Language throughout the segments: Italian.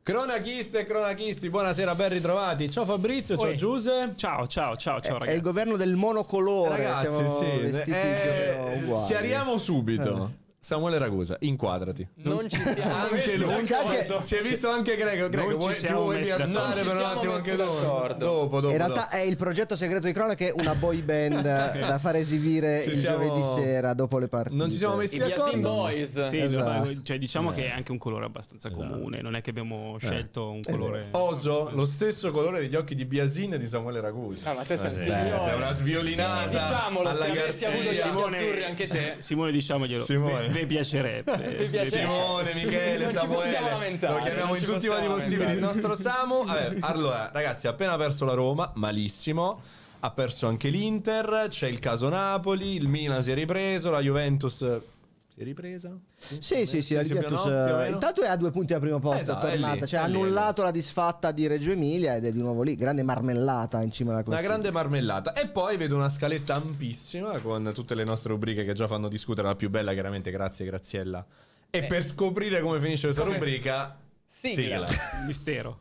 Cronachiste e cronachisti, buonasera, ben ritrovati. Ciao Fabrizio, ciao Giuse. Ciao ragazzi. È il governo del monocolore, Ragazzi, siamo vestiti più o meno uguali. Chiariamo subito. Samuele Ragusa, inquadrati. Non ci siamo Anche lui. Si è visto anche Greco. Ti vuoi piazzare per un attimo anche tu? Dopo. In realtà è il progetto segreto di Cronache, una boy band da far esibire il giovedì sera dopo le partite. Non ci siamo messi d'accordo. Boys. Sì, Esatto. cioè diciamo che è anche un colore abbastanza comune, non è che abbiamo scelto un colore. Oso, lo stesso colore degli occhi di Biasin e di Samuele Ragusa. Ma te sei Sei una sviolinata. Diciamolo, alla se avessi avuto gli Garzia. occhi azzurri anche se... Simone, diciamoglielo. Simone. Mi piacerebbe. Simone, Michele, Non ci Samuele, possiamo lamentare, lo chiamiamo non in ci tutti i modi possiamo possibili. Il lamentare. nostro Samu. Vabbè, allora, ragazzi, ha appena perso la Roma, malissimo. Ha perso anche l'Inter. C'è il caso Napoli. Il Milan si è ripreso. La Juventus si è ripresa? Sì, la Juventus più o meno. intanto è a 2 punti al primo posto, Esatto, è tornata, è cioè ha lì. annullato la disfatta di Reggio Emilia ed è di nuovo lì, grande marmellata in cima alla Una classifica. grande marmellata. E poi vedo una scaletta ampissima con tutte le nostre rubriche che già fanno discutere. La più bella, chiaramente, grazie Graziella. E per scoprire come finisce questa rubrica, sigla. Mistero.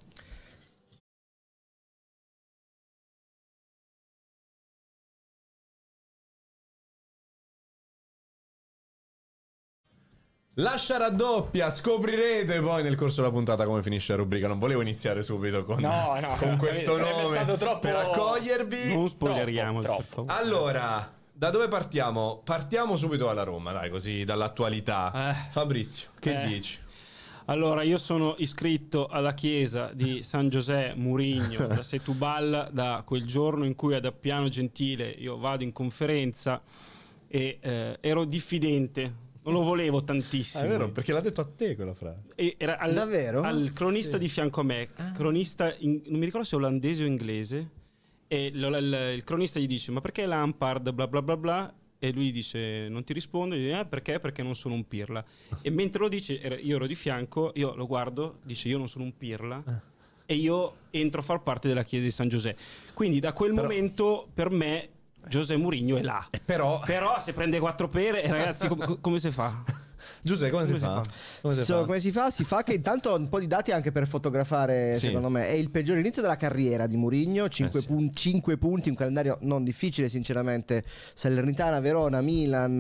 Lascia raddoppia, scoprirete poi nel corso della puntata come finisce la rubrica. Non volevo iniziare subito con questo sarebbe nome stato troppo... per accogliervi. Non spoileriamo Troppo. Allora, da dove partiamo? Partiamo subito dalla Roma, dai, così dall'attualità. Fabrizio, che dici? Allora, io sono iscritto alla chiesa di San José Murigno da Setúbal da quel giorno in cui ad Appiano Gentile io vado in conferenza e ero diffidente. Non lo volevo tantissimo. È vero, perché l'ha detto a te quella frase. E era Davvero? al cronista di fianco a me, cronista non mi ricordo se olandese o inglese, e il cronista gli dice: ma perché Lampard bla bla bla bla? E lui dice: non ti rispondo. Gli dice: perché non sono un pirla. E mentre lo dice, io ero di fianco, io lo guardo, dice: io non sono un pirla. E io entro a far parte della chiesa di San José. Quindi da quel momento per me José Mourinho è là. Però se prende 4 pere, ragazzi, come si fa? Giuseppe, come si fa? Come si fa? Si fa che intanto un po' di dati anche per fotografare, Sì. secondo me. È il peggior inizio della carriera di Mourinho, 5 punti, un calendario non difficile sinceramente. Salernitana, Verona, Milan,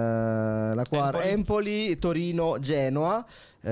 Empoli, Torino, Genoa.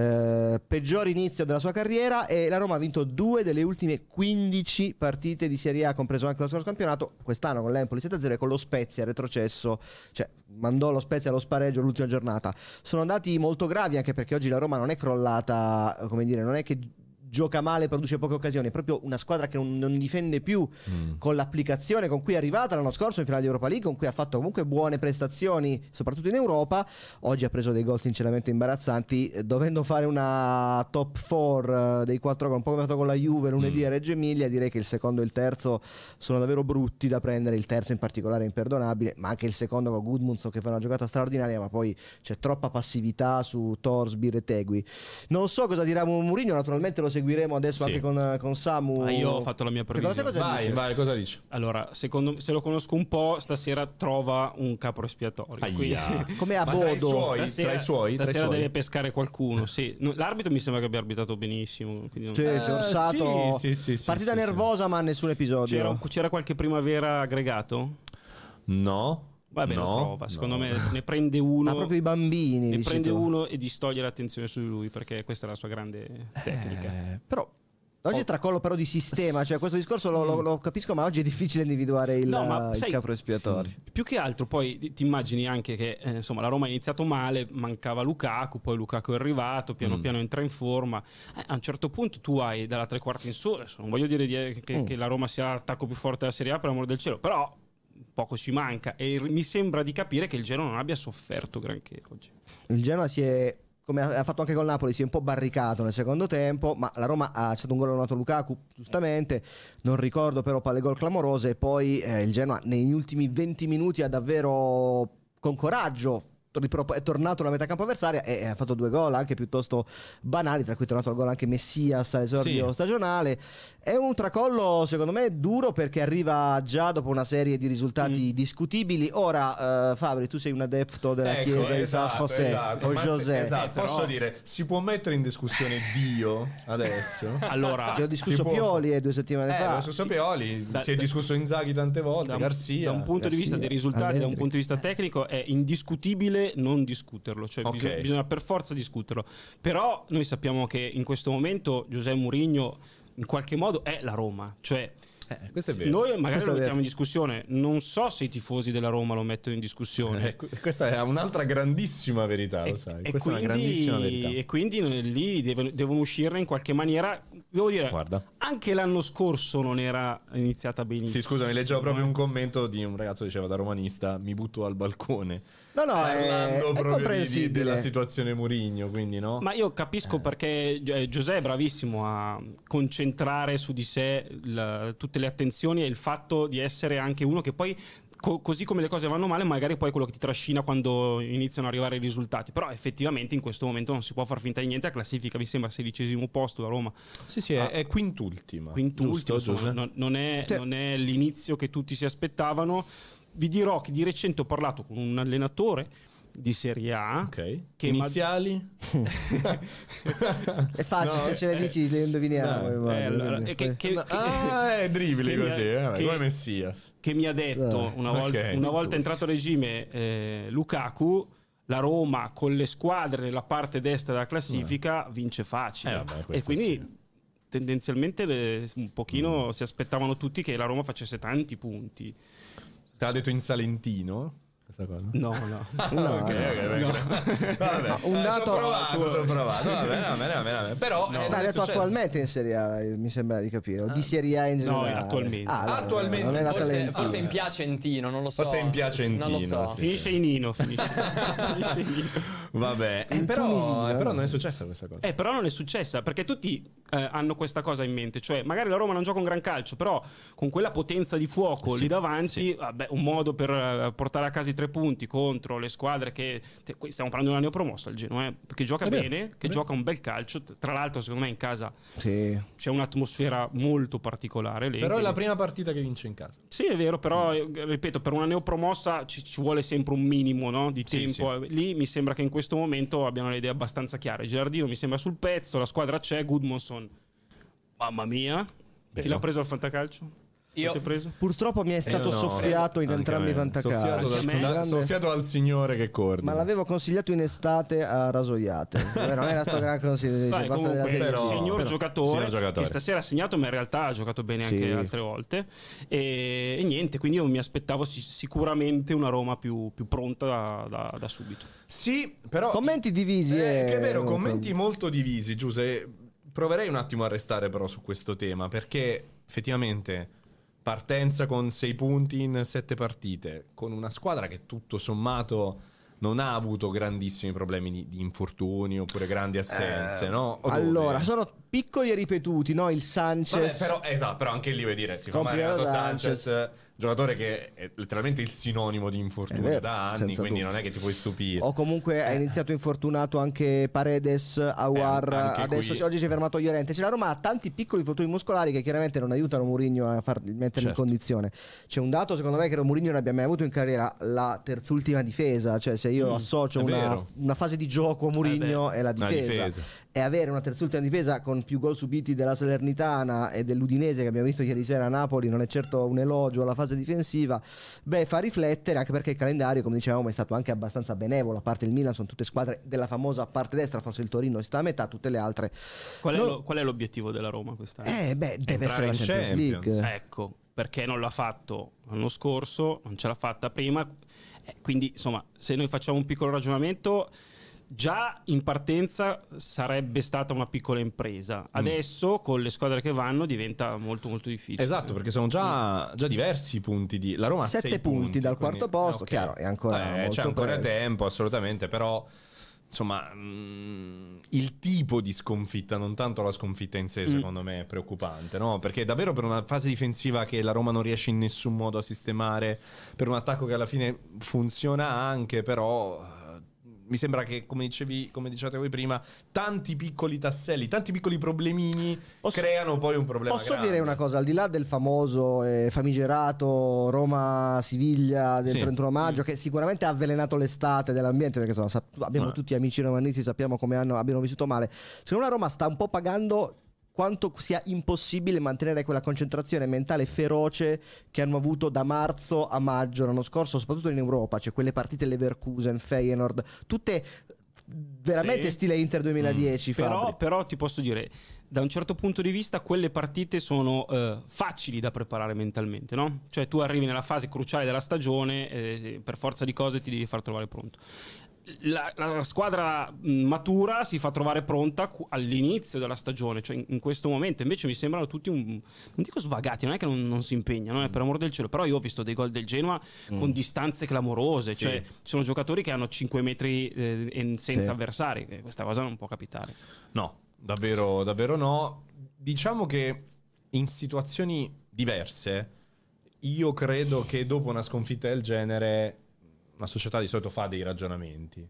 Peggior inizio della sua carriera, e la Roma ha vinto 2 delle ultime 15 partite di Serie A, compreso anche lo scorso campionato. Quest'anno con l'Empoli 7-0 e con lo Spezia retrocesso, cioè mandò lo Spezia allo spareggio l'ultima giornata. Sono andati molto gravi, anche perché oggi la Roma non è crollata, come dire, non è che gioca male, produce poche occasioni, è proprio una squadra che non difende più, con l'applicazione con cui è arrivata l'anno scorso in finale di Europa League, con cui ha fatto comunque buone prestazioni soprattutto in Europa. Oggi ha preso dei gol sinceramente imbarazzanti, dovendo fare una top 4 dei 4 gol, un po' come ha fatto con la Juve lunedì a Reggio Emilia. Direi che il secondo e il terzo sono davvero brutti da prendere, il terzo in particolare è imperdonabile, ma anche il secondo con Gudmundsson che fa una giocata straordinaria, ma poi c'è troppa passività su Torsby e Tegui. Non so cosa dirà Mourinho, naturalmente lo seguiremo adesso anche con Samu. Ma io ho fatto la mia previsione. Vai, cosa dici? Allora, secondo me, se lo conosco un po', stasera trova un capo espiatorio. Come a Ma tra i Bodo. suoi? Stasera deve pescare qualcuno. Sì. L'arbitro mi sembra che abbia arbitrato benissimo. Quindi Sì, Orsato. sì, Partita nervosa, ma nessun episodio. c'era qualche primavera aggregato? No. Vabbè, no, lo trova. Secondo no. me ne prende uno. Ma proprio i bambini. Ne dici prende tu. uno e distoglie l'attenzione su di lui, perché questa è la sua grande tecnica. Però Oggi è tracollo però di sistema, cioè questo discorso lo capisco, ma oggi è difficile individuare il capo espiatorio. Più che altro poi ti immagini anche che insomma la Roma ha iniziato male, mancava Lukaku, poi Lukaku è arrivato, piano piano entra in forma. A un certo punto tu hai dalla tre quarti in su, adesso non voglio dire che la Roma sia l'attacco più forte della Serie A, per amor del cielo, però poco ci manca, e mi sembra di capire che il Genoa non abbia sofferto granché oggi. Il Genoa si è, come ha fatto anche con Napoli, si è un po' barricato nel secondo tempo, ma la Roma ha stato un gol annullato Lukaku, giustamente, non ricordo però palle gol clamorose, e poi il Genoa negli ultimi 20 minuti ha davvero con coraggio è tornato alla metà campo avversaria e ha fatto 2 gol anche piuttosto banali, tra cui è tornato al gol anche Messias all'esordio stagionale. È un tracollo secondo me duro, perché arriva già dopo una serie di risultati discutibili. Ora Fabri, tu sei un adepto della chiesa di San José o José. Posso dire, si può mettere in discussione Dio adesso? Allora, abbiamo discusso Pioli 2 settimane fa. Abbiamo discusso Pioli, si è discusso Inzaghi tante volte, Garcia. Da un punto di vista dei risultati, Allegri. da un punto di vista tecnico è indiscutibile non discuterlo, cioè bisogna per forza discuterlo. Però noi sappiamo che in questo momento José Mourinho in qualche modo è la Roma, cioè questo è vero. noi magari lo mettiamo in discussione, non so se i tifosi della Roma lo mettono in discussione. Questa è un'altra grandissima verità, lo sai. Questa è una grandissima verità. E quindi lì devono uscirne in qualche maniera. Devo dire, Guarda, anche l'anno scorso non era iniziata benissimo. sì, scusami, leggevo proprio un commento di un ragazzo che diceva da romanista: mi butto dal balcone. No, parlando è proprio comprensibile. della situazione Mourinho, quindi no? Ma io capisco perché José è bravissimo a concentrare su di sé tutte le attenzioni e il fatto di essere anche uno che poi così come le cose vanno male magari poi è quello che ti trascina quando iniziano ad arrivare i risultati. Però effettivamente in questo momento non si può far finta di niente. La classifica mi sembra 16° posto da Roma. Sì, è quintultima. Insomma, non è l'inizio che tutti si aspettavano. Vi dirò che di recente ho parlato con un allenatore di Serie A. Ok. Che iniziali? È facile, se ce le dici le indoviniamo. È dribbling così, come Messias. Che mi ha detto una volta entrato a regime Lukaku, la Roma con le squadre nella parte destra della classifica vince facile. E quindi tendenzialmente un pochino si aspettavano tutti che la Roma facesse tanti punti. Te l'ha detto in salentino questa cosa? No. Vabbè. Un dato sono provato. Va bene. Però l'ha detto attualmente in Serie A, mi sembra di capire. O di Serie A in generale. No, attualmente. Attualmente. Non era Forse in Piacentino, non lo so. Forse in Piacentino. Non lo so. Sì. Finisce in Nino. Vabbè. Però non è successa questa cosa. Però non è successa perché tutti hanno questa cosa in mente, cioè magari la Roma non gioca un gran calcio, però con quella potenza di fuoco lì davanti, vabbè, un modo per portare a casa i 3 punti contro le squadre che stiamo parlando di una neopromossa, il Genoa, che gioca bene, che gioca un bel calcio. Tra l'altro secondo me in casa c'è un'atmosfera molto particolare lì, però è la prima partita che vince in casa. Sì, è vero, però ripeto, per una neopromossa ci vuole sempre un minimo, no, di tempo. Sì. Lì mi sembra che in questo momento abbiano le idee abbastanza chiare. Gilardino mi sembra sul pezzo, la squadra c'è, Goodmanson, mamma mia. Chi l'ha preso al fantacalcio? Io. Preso? Purtroppo mi è stato soffiato in entrambi i fantacalci. Soffiato dal signore che coordina. Ma l'avevo consigliato in estate a rasoiate. Non era sto gran consiglio. Comunque però, signor giocatore che stasera ha segnato, ma in realtà ha giocato bene anche altre volte. E niente, quindi io mi aspettavo sicuramente una Roma più pronta da subito. Sì, però commenti divisi. Che è vero, commenti molto divisi, Giuseppe. Proverei un attimo a restare però su questo tema, perché effettivamente partenza con 6 punti in 7 partite, con una squadra che tutto sommato non ha avuto grandissimi problemi di infortuni oppure grandi assenze, no? Allora, sono piccoli e ripetuti, no? Il Sanchez. Vabbè, però anche lì vuoi dire, si fa male Renato Sanchez, giocatore che è letteralmente il sinonimo di infortunio da anni, quindi non è che ti puoi stupire. O comunque ha iniziato infortunato anche Paredes, Aouar, adesso oggi si è fermato Llorente. Cioè la Roma ha tanti piccoli infortuni muscolari che chiaramente non aiutano Mourinho a metterli in condizione. C'è un dato secondo me che Mourinho non abbia mai avuto in carriera: la terzultima difesa. Cioè se io associo una fase di gioco a Mourinho è la difesa. E avere una terzultima difesa con più gol subiti della Salernitana e dell'Udinese, che abbiamo visto ieri sera a Napoli, non è certo un elogio alla fase difensiva. Fa riflettere, anche perché il calendario, come dicevamo, è stato anche abbastanza benevolo. A parte il Milan, sono tutte squadre della famosa parte destra, forse il Torino sta a metà, tutte le altre. Qual è l'obiettivo della Roma quest'anno? Deve essere la Champions League. Ecco, perché non l'ha fatto l'anno scorso, non ce l'ha fatta prima. Quindi, insomma, se noi facciamo un piccolo ragionamento, già in partenza sarebbe stata una piccola impresa. Adesso con le squadre che vanno diventa molto molto difficile. Esatto, perché sono già diversi i punti la Roma ha 7 punti dal quarto posto, chiaro, è ancora molto c'è ancora presto. tempo, assolutamente, però insomma il tipo di sconfitta, non tanto la sconfitta in sé, secondo me è preoccupante, no? Perché davvero per una fase difensiva che la Roma non riesce in nessun modo a sistemare, per un attacco che alla fine funziona anche, però mi sembra che, come dicevate voi prima, tanti piccoli tasselli, tanti piccoli problemini creano poi un problema Posso grande. dire una cosa, al di là del famoso famigerato Roma-Siviglia del 31 maggio, che sicuramente ha avvelenato l'estate dell'ambiente, perché insomma, abbiamo tutti amici romanisti, sappiamo come abbiano vissuto male. Secondo me la Roma sta un po' pagando quanto sia impossibile mantenere quella concentrazione mentale feroce che hanno avuto da marzo a maggio l'anno scorso, soprattutto in Europa. Cioè quelle partite Leverkusen, Feyenoord, tutte veramente stile Inter 2010. Però ti posso dire, da un certo punto di vista quelle partite sono facili da preparare mentalmente, no? Cioè tu arrivi nella fase cruciale della stagione, per forza di cose ti devi far trovare pronto. La squadra matura si fa trovare pronta all'inizio della stagione, cioè in questo momento. Invece mi sembrano tutti non dico svagati, non è che non si impegnano, per amor del cielo, però io ho visto dei gol del Genoa con distanze clamorose, cioè ci sono giocatori che hanno 5 metri senza avversari, questa cosa non può capitare. No, davvero no. Diciamo che in situazioni diverse io credo che dopo una sconfitta del genere una società di solito fa dei ragionamenti.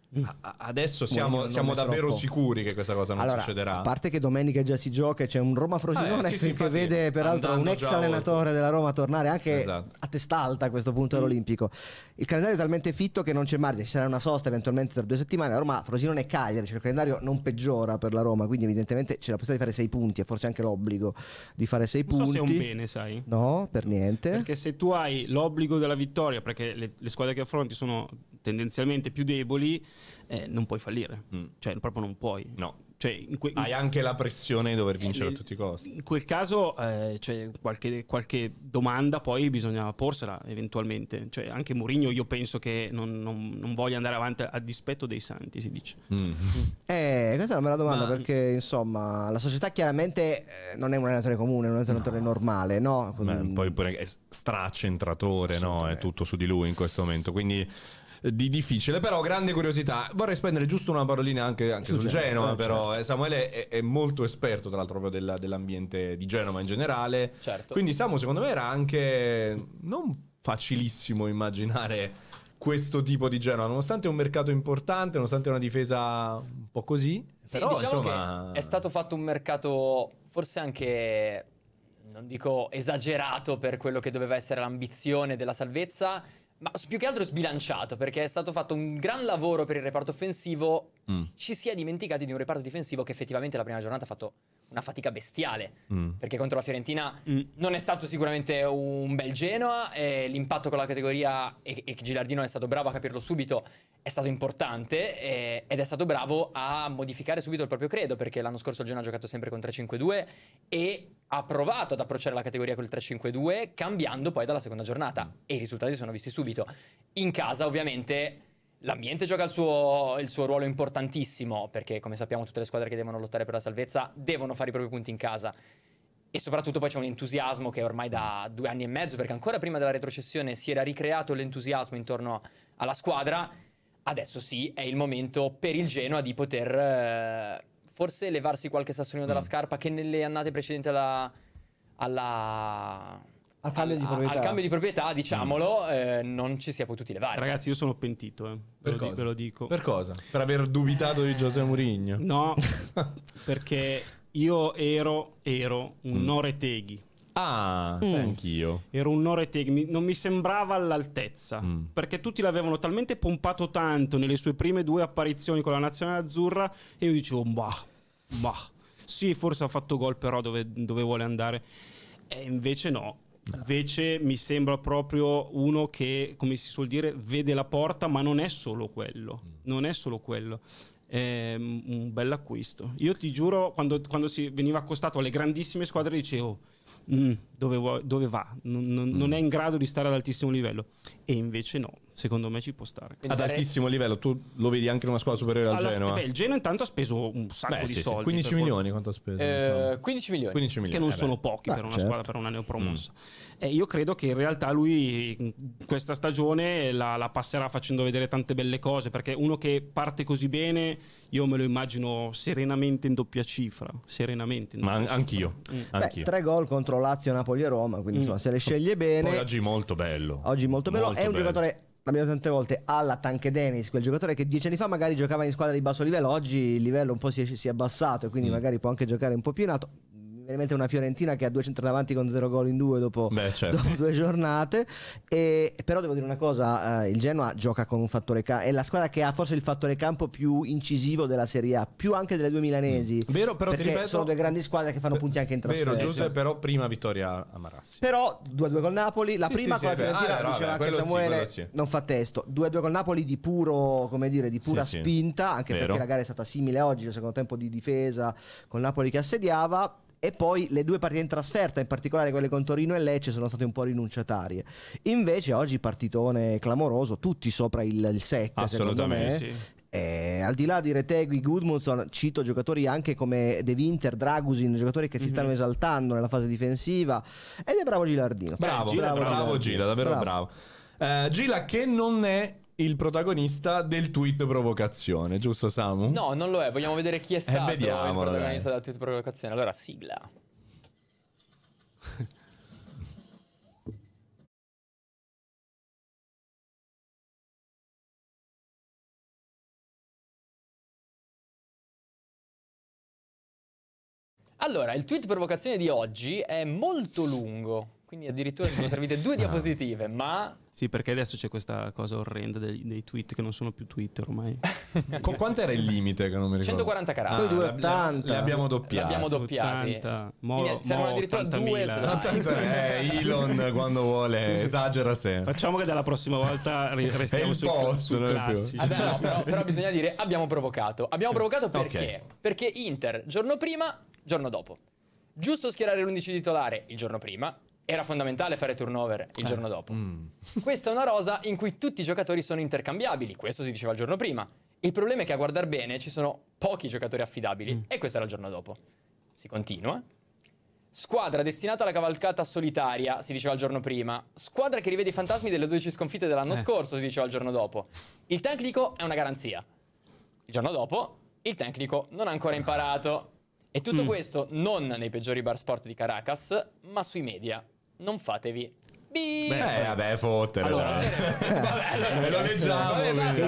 Adesso siamo davvero sicuri che questa cosa non succederà. A parte che domenica già si gioca, c'è un Roma-Frosinone che vede peraltro un ex allenatore della Roma tornare anche a testa alta a questo punto all'Olimpico. Il calendario è talmente fitto che non c'è margine, ci sarà una sosta eventualmente tra 2 settimane. La Roma, Frosinone e Cagliari, cioè il calendario non peggiora per la Roma, quindi evidentemente c'è la possibilità di fare 6 punti e forse anche l'obbligo di fare 6 punti. Non so se è un bene, sai? No, per niente. Perché se tu hai l'obbligo della vittoria, perché le squadre che affronti sono tendenzialmente più deboli, non puoi fallire. Cioè proprio non puoi. No. Cioè, hai anche la pressione di dover vincere a tutti i costi. In quel caso cioè, qualche domanda poi bisogna porsela eventualmente. Cioè, anche Mourinho io penso che non voglia andare avanti a dispetto dei santi, si dice. Questa è una bella domanda, perché insomma la società chiaramente non è un allenatore comune, è un allenatore normale, no? Poi pure è stracentratore, no? È tutto su di lui in questo momento, quindi di difficile. Però grande curiosità. Vorrei spendere giusto una parolina anche sul Genoa, però certo. Samuele è molto esperto tra l'altro proprio dell'ambiente di Genova in generale, certo. Quindi Samu, secondo me era anche non facilissimo immaginare questo tipo di Genoa, nonostante un mercato importante, nonostante una difesa un po' così. Sì, però diciamo insomma che è stato fatto un mercato forse anche, non dico esagerato per quello che doveva essere l'ambizione della salvezza, ma più che altro sbilanciato, perché è stato fatto un gran lavoro per il reparto offensivo. Ci si è dimenticati di un reparto difensivo che effettivamente la prima giornata ha fatto una fatica bestiale, perché contro la Fiorentina non è stato sicuramente un bel Genoa, l'impatto con la categoria e Gilardino è stato bravo a capirlo subito, è stato importante, ed è stato bravo a modificare subito il proprio credo, perché l'anno scorso il Genoa ha giocato sempre con 3-5-2 e ha provato ad approcciare la categoria col 3-5-2, cambiando poi dalla seconda giornata, e i risultati si sono visti subito. In casa ovviamente l'ambiente gioca il suo ruolo importantissimo, perché come sappiamo tutte le squadre che devono lottare per la salvezza devono fare i propri punti in casa, e soprattutto poi c'è un entusiasmo che ormai da 2 anni e mezzo, perché ancora prima della retrocessione si era ricreato l'entusiasmo intorno alla squadra. Adesso sì, è il momento per il Genoa di poter forse levarsi qualche sassolino dalla scarpa che nelle annate precedenti al cambio di proprietà, diciamolo, non ci si è potuti levare. Ragazzi, io sono pentito, ve lo dico. Per cosa? Per aver dubitato di José Mourinho? No, perché io ero un Noreteghi. Anch'io. Ero un Noreteghi, non mi sembrava all'altezza, perché tutti l'avevano talmente pompato tanto nelle sue prime 2 apparizioni con la nazionale azzurra, e io dicevo, bah, sì, forse ha fatto gol, però dove vuole andare? E invece no. Invece mi sembra proprio uno che, come si suol dire, vede la porta, ma non è solo quello. È un bel acquisto. Io ti giuro, quando si veniva accostato alle grandissime squadre dicevo, dove va? Non è in grado di stare ad altissimo livello. E invece no, secondo me ci può stare. Ad altissimo livello, tu lo vedi anche in una squadra superiore al Genoa? Il Genoa intanto ha speso un sacco di soldi. 15 milioni quanto ha speso? 15 milioni. 15 milioni. Che non sono pochi per una squadra, per una neopromossa. E io credo che in realtà lui questa stagione la passerà facendo vedere tante belle cose, perché uno che parte così bene io me lo immagino serenamente in doppia cifra. Anch'io. 3 gol contro Lazio, Napoli e Roma, quindi insomma se le sceglie bene. Poi oggi molto bello. È un giocatore l'abbiamo tante volte, alla Tanque Dennis, quel giocatore che 10 anni fa magari giocava in squadra di basso livello, oggi il livello un po' si è abbassato e quindi magari può anche giocare un po' più in alto. Veramente una Fiorentina che ha 2 centri davanti con 0 gol in 2 dopo 2 giornate. Però devo dire una cosa, il Genoa gioca con un fattore campo, è la squadra che ha forse il fattore campo più incisivo della Serie A, più anche delle 2 milanesi. Vero, però perché ti ripeto, sono 2 grandi squadre che fanno punti anche in trasferta. Vero, Giuseppe, però prima vittoria a Marassi. Però 2-2 col Napoli, la Sì, prima sì, con la sì, Fiorentina, diceva anche Samuele, quello sì. non fa testo. 2-2 col Napoli di puro, come dire, di pura Sì, sì. spinta, anche Vero. perché la gara è stata simile oggi, il secondo tempo di difesa col Napoli che assediava. E poi le 2 partite in trasferta, in particolare quelle con Torino e Lecce, sono state un po' rinunciatarie. Invece oggi partitone clamoroso, tutti sopra il 7, secondo me. Assolutamente, Sì. Al di là di Retegui, Gudmundsson, cito giocatori anche come De Winter, Dragusin, giocatori che si stanno esaltando nella fase difensiva. Ed è bravo Gilardino. Bravo, Gila è bravo Gila, davvero bravo. Gila che non è il protagonista del tweet provocazione, giusto Samu? No, non lo è. Vogliamo vedere chi è stato il vediamolo, protagonista della tweet provocazione. Allora, sigla. Allora, il tweet provocazione di oggi è molto lungo, quindi addirittura mi sono servite 2 diapositive, ma Sì, perché adesso c'è questa cosa orrenda dei tweet che non sono più tweet ormai. Quanto era il limite che non mi ricordo? 140 caratteri. Poi 280. Le abbiamo doppiate. L'abbiamo doppiati. 80, Servono addirittura 2 slide. Elon quando vuole esagera sempre. Facciamo che dalla prossima volta È restiamo il sui posto, non è più. classici. Vabbè, no, però bisogna dire abbiamo provocato. Abbiamo provocato perché? Ok. Perché Inter giorno prima, giorno dopo. Giusto schierare l'11 titolare il giorno prima. Era fondamentale fare turnover il giorno dopo. Questa è una rosa in cui tutti i giocatori sono intercambiabili. Questo si diceva il giorno prima. Il problema è che a guardar bene ci sono pochi giocatori affidabili. E questo era il giorno dopo. Si continua. Squadra destinata alla cavalcata solitaria, si diceva il giorno prima. Squadra che rivede i fantasmi delle 12 sconfitte dell'anno scorso, si diceva il giorno dopo. Il tecnico è una garanzia. Il giorno dopo, il tecnico non ha ancora imparato. E tutto questo non nei peggiori bar sport di Caracas, ma sui media. Non fatevi. Beep. Vabbè, fottere. Allora, dai. Lo leggiamo.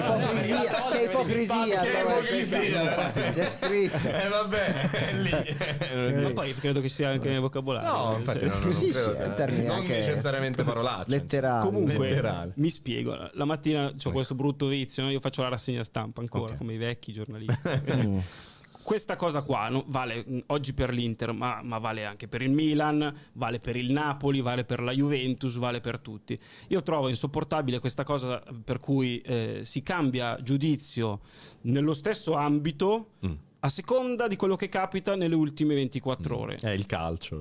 Che ipocrisia, Che ipocrisia. c'è scritto. Vabbè, è lì. ma poi credo che sia anche nel vocabolario. No, infatti non Sì, credo sì, sia- è un termine non anche necessariamente parolacce. letterale. Comunque, Letterale. mi spiego. La mattina ho questo brutto vizio, no? Io faccio la rassegna stampa ancora, Ok. come i vecchi giornalisti. Questa cosa qua vale oggi per l'Inter, ma vale anche per il Milan, vale per il Napoli, vale per la Juventus, vale per tutti. Io trovo insopportabile questa cosa per cui si cambia giudizio nello stesso ambito a seconda di quello che capita nelle ultime 24 ore. È il calcio.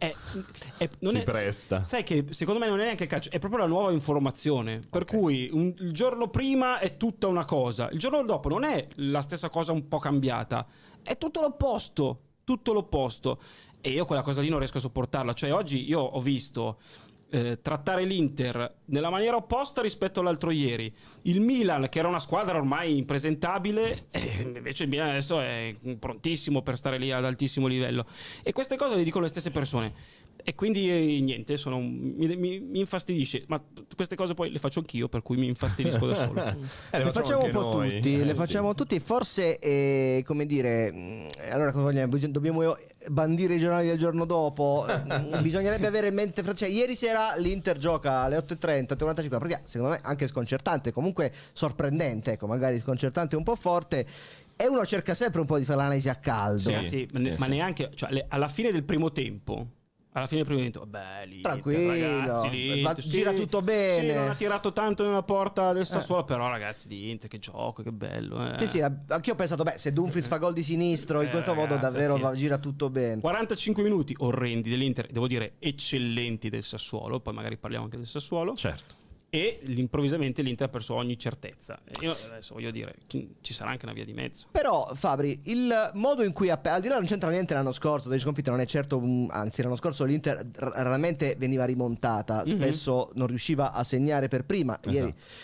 Non Si presta. Sai che secondo me non è neanche il calcio, è proprio la nuova informazione. Per cui il giorno prima è tutta una cosa, il giorno dopo non è la stessa cosa un po' cambiata, è tutto l'opposto. Tutto l'opposto. E io quella cosa lì non riesco a sopportarla. Cioè, oggi io ho visto trattare l'Inter nella maniera opposta rispetto all'altro ieri. Il Milan, che era una squadra ormai impresentabile, invece il Milan adesso è prontissimo per stare lì ad altissimo livello. E queste cose le dicono le stesse persone. E quindi niente, mi infastidisce. Ma queste cose poi le faccio anch'io, per cui mi infastidisco da solo. Le facciamo un anche po' noi. tutti, le Sì. facciamo tutti. Forse, come dire, allora cosa vogliamo? Dobbiamo bandire i giornali del giorno dopo. Bisognerebbe avere in mente, cioè, ieri sera l'Inter gioca alle 8:30, 8:45. La partita, secondo me, anche sconcertante, comunque sorprendente, ecco, magari sconcertante un po' forte. E uno cerca sempre un po' di fare l'analisi a caldo. Sì. Ragazzi, ma neanche, cioè, alla fine del primo tempo. Vabbè, lì, Tranquillo, ragazzi, l'Inter, gira tutto bene. Sì, non ha tirato tanto nella porta del Sassuolo, però ragazzi di Inter, che gioco, che bello. Sì, anch'io ho pensato, se Dumfries fa gol di sinistro in questo modo ragazzi, davvero sì. gira tutto bene. 45 minuti orrendi dell'Inter, devo dire eccellenti del Sassuolo, poi magari parliamo anche del Sassuolo. Certo. E improvvisamente l'Inter ha perso ogni certezza. E io adesso voglio dire, ci sarà anche una via di mezzo. Però Fabri, il modo in cui al di là non c'entra niente l'anno scorso, delle sconfitte non è certo, anzi l'anno scorso l'Inter raramente veniva rimontata, spesso non riusciva a segnare per prima. Ieri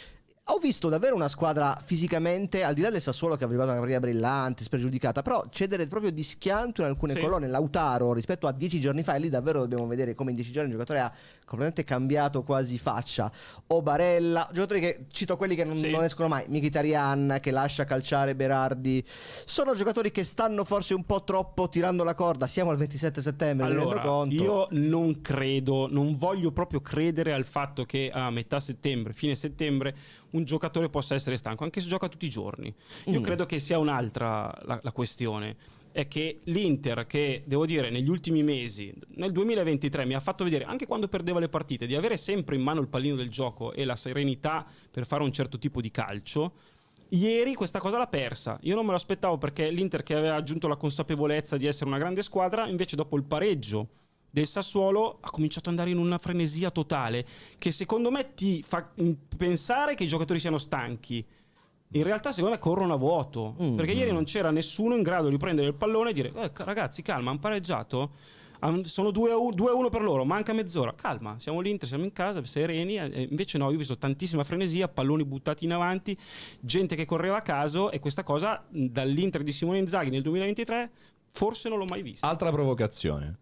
Ho visto davvero una squadra fisicamente, al di là del Sassuolo che aveva una carriera brillante, spregiudicata, però cedere proprio di schianto in alcune colonne. Lautaro rispetto a 10 giorni fa, e lì davvero dobbiamo vedere come in 10 giorni il giocatore ha completamente cambiato quasi faccia. O Barella, giocatori che, cito quelli che non escono mai, Mkhitaryan che lascia calciare Berardi, sono giocatori che stanno forse un po' troppo tirando la corda. Siamo al 27 settembre, allora, mi rendo conto. Io non credo, non voglio proprio credere al fatto che a metà settembre, fine settembre, un giocatore possa essere stanco, anche se gioca tutti i giorni. Io credo che sia un'altra la questione. È che l'Inter, che devo dire negli ultimi mesi, nel 2023 mi ha fatto vedere, anche quando perdeva le partite, di avere sempre in mano il pallino del gioco e la serenità per fare un certo tipo di calcio. Ieri questa cosa l'ha persa. Io non me lo aspettavo, perché l'Inter, che aveva aggiunto la consapevolezza di essere una grande squadra, invece dopo il pareggio del Sassuolo ha cominciato ad andare in una frenesia totale che secondo me ti fa pensare che i giocatori siano stanchi. In realtà secondo me corrono a vuoto, perché ieri non c'era nessuno in grado di prendere il pallone e dire ragazzi calma, hanno pareggiato, sono 2-1 per loro, manca mezz'ora, calma, siamo l'Inter, siamo in casa, sereni. Invece no, io ho visto tantissima frenesia, palloni buttati in avanti, gente che correva a caso, e questa cosa dall'Inter di Simone Inzaghi nel 2023 forse non l'ho mai vista. Altra provocazione: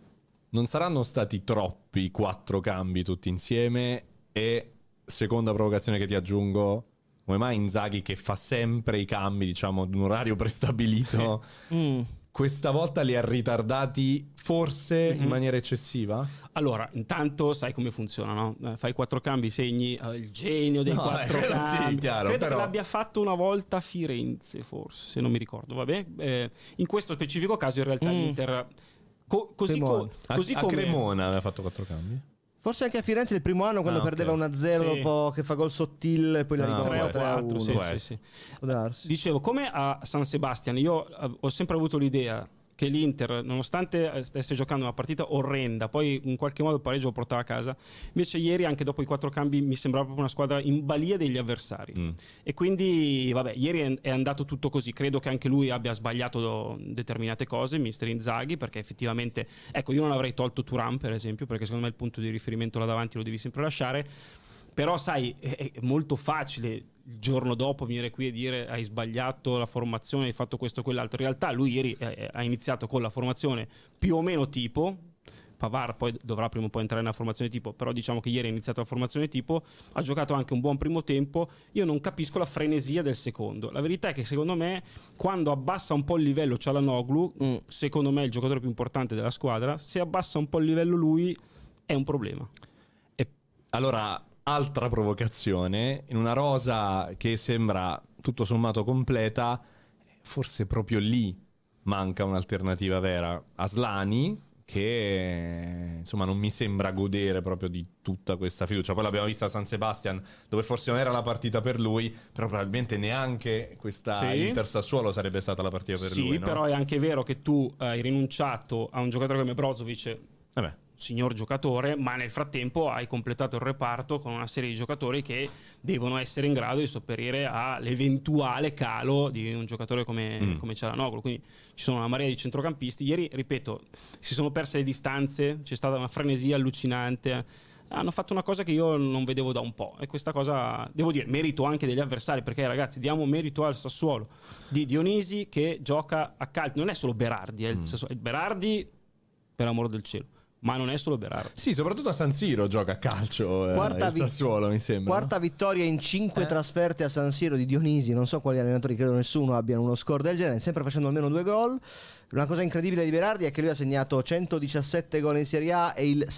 non saranno stati troppi 4 cambi tutti insieme? E seconda provocazione che ti aggiungo: come mai Inzaghi, che fa sempre i cambi, diciamo, ad un orario prestabilito, questa volta li ha ritardati forse in maniera eccessiva? Allora, intanto sai come funziona, no? Fai 4 cambi, segni il genio dei 4 cambi. Sì, chiaro, credo però che l'abbia fatto una volta a Firenze, forse, se non mi ricordo. Vabbè, in questo specifico caso in realtà l'Inter così come a Cremona aveva fatto 4 cambi. Forse anche a Firenze il primo anno, quando perdeva 1-0 dopo che fa gol Sottil e poi la ricorda 3-4. Sì. Dicevo, come a San Sebastian, io ho sempre avuto l'idea che l'Inter, nonostante stesse giocando una partita orrenda, poi in qualche modo il pareggio lo portava a casa. Invece ieri, anche dopo i 4 cambi, mi sembrava proprio una squadra in balia degli avversari. E quindi, vabbè, ieri è andato tutto così. Credo che anche lui abbia sbagliato determinate cose, mister Inzaghi, perché effettivamente, ecco, io non avrei tolto Thuram, per esempio, perché secondo me il punto di riferimento là davanti lo devi sempre lasciare. Però sai, è molto facile il giorno dopo venire qui e dire hai sbagliato la formazione, hai fatto questo o quell'altro. In realtà lui ieri ha iniziato con la formazione più o meno tipo. Pavard poi dovrà prima o poi entrare nella formazione tipo, però diciamo che ieri ha iniziato la formazione tipo, ha giocato anche un buon primo tempo. Io non capisco la frenesia del secondo. La verità è che secondo me, quando abbassa un po' il livello Çalhanoğlu, secondo me è il giocatore più importante della squadra, se abbassa un po' il livello lui è un problema. E allora, altra provocazione: in una rosa che sembra tutto sommato completa, forse proprio lì manca un'alternativa vera. Aslani, che insomma non mi sembra godere proprio di tutta questa fiducia. Poi l'abbiamo vista a San Sebastian, dove forse non era la partita per lui, però probabilmente neanche questa Inter Sassuolo sarebbe stata la partita per lui, sì, no? però è anche vero che tu hai rinunciato a un giocatore come Brozovic, signor giocatore, ma nel frattempo hai completato il reparto con una serie di giocatori che devono essere in grado di sopperire all'eventuale calo di un giocatore come Çalhanoğlu. Quindi ci sono una marea di centrocampisti. Ieri, ripeto, si sono perse le distanze, c'è stata una frenesia allucinante. Hanno fatto una cosa che io non vedevo da un po', e questa cosa, devo dire, merito anche degli avversari, perché ragazzi, diamo merito al Sassuolo di Dionisi, che gioca a calcio. Non è solo Berardi, il Berardi, per amor del cielo, ma non è solo Berardi. Sì, soprattutto a San Siro gioca a calcio il Sassuolo, mi sembra. Quarta vittoria in 5 trasferte a San Siro di Dionisi. Non so quali allenatori, credo nessuno, abbiano uno score del genere, sempre facendo almeno 2 gol. Una cosa incredibile di Berardi è che lui ha segnato 117 gol in Serie A e il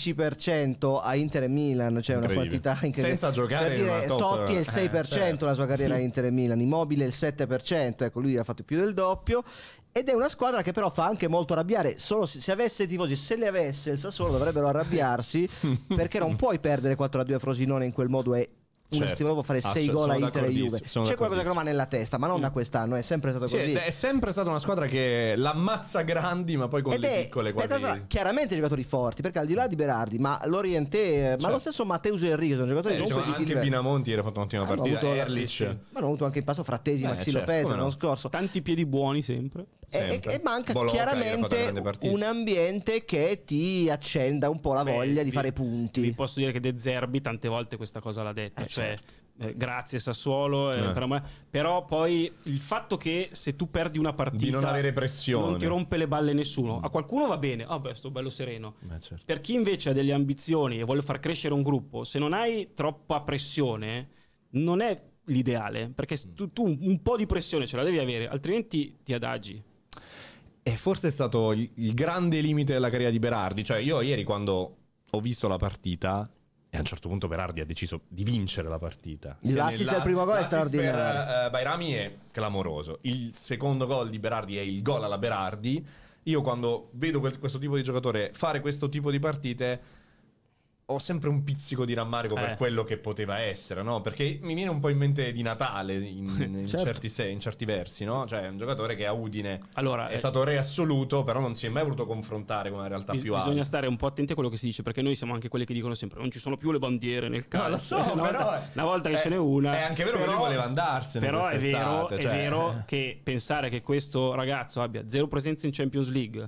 16% a Inter e Milan, cioè una partita incredibile. Senza giocare in una top. Totti è il 6% la sua carriera a Inter e Milan, Immobile il 7%, ecco, lui ha fatto più del doppio. Ed è una squadra che però fa anche molto arrabbiare. Solo se avesse tifosi, se le avesse il Sassuolo, dovrebbero arrabbiarsi perché non puoi perdere 4-2 a Frosinone in quel modo e una settimana dopo fare 6 gol a Inter e Juve. C'è qualcosa che non va nella testa, ma non da quest'anno, è sempre stato così. È sempre stata una squadra che l'ammazza grandi, ma poi con le piccole quasi. Chiaramente giocatori forti, perché al di là di Berardi, ma Lorientè, ma lo stesso Matteus e Enrique sono giocatori anche Pinamonti era fatto un'ottima partita, Erlich. Ma hanno avuto anche in passo Frattesi, Maxi Lopez l'anno scorso. Tanti piedi buoni sempre. E manca chiaramente un ambiente che ti accenda un po' la voglia di fare punti. Vi posso dire che De Zerbi tante volte questa cosa l'ha detta, cioè grazie Sassuolo, però poi il fatto che se tu perdi una partita di non avere pressione, non ti rompe le balle nessuno. A qualcuno va bene, sto bello sereno. Certo. Per chi invece ha delle ambizioni e vuole far crescere un gruppo, se non hai troppa pressione non è l'ideale, perché tu un po' di pressione ce la devi avere, altrimenti ti adagi. E forse è stato il grande limite della carriera di Berardi. Cioè, io ieri quando ho visto la partita, e a un certo punto Berardi ha deciso di vincere la partita. L'assist del primo gol è straordinario. Per Bairami è clamoroso. Il secondo gol di Berardi è il gol alla Berardi. Io quando vedo questo tipo di giocatore fare questo tipo di partite ho sempre un pizzico di rammarico per quello che poteva essere, no? Perché mi viene un po' in mente di Natale in Certo. in certi versi, no? Cioè un giocatore che a Udine Allora, è stato re assoluto, però non si è mai voluto confrontare con una realtà più alta. bisogna stare un po' attenti a quello che si dice, perché noi siamo anche quelli che dicono sempre non ci sono più le bandiere nel calcio. No, lo so, una volta che ce n'è una. È anche vero che lui voleva andarsene. Però è vero, quest'estate, è cioè. vero che pensare che questo ragazzo abbia 0 presenze in Champions League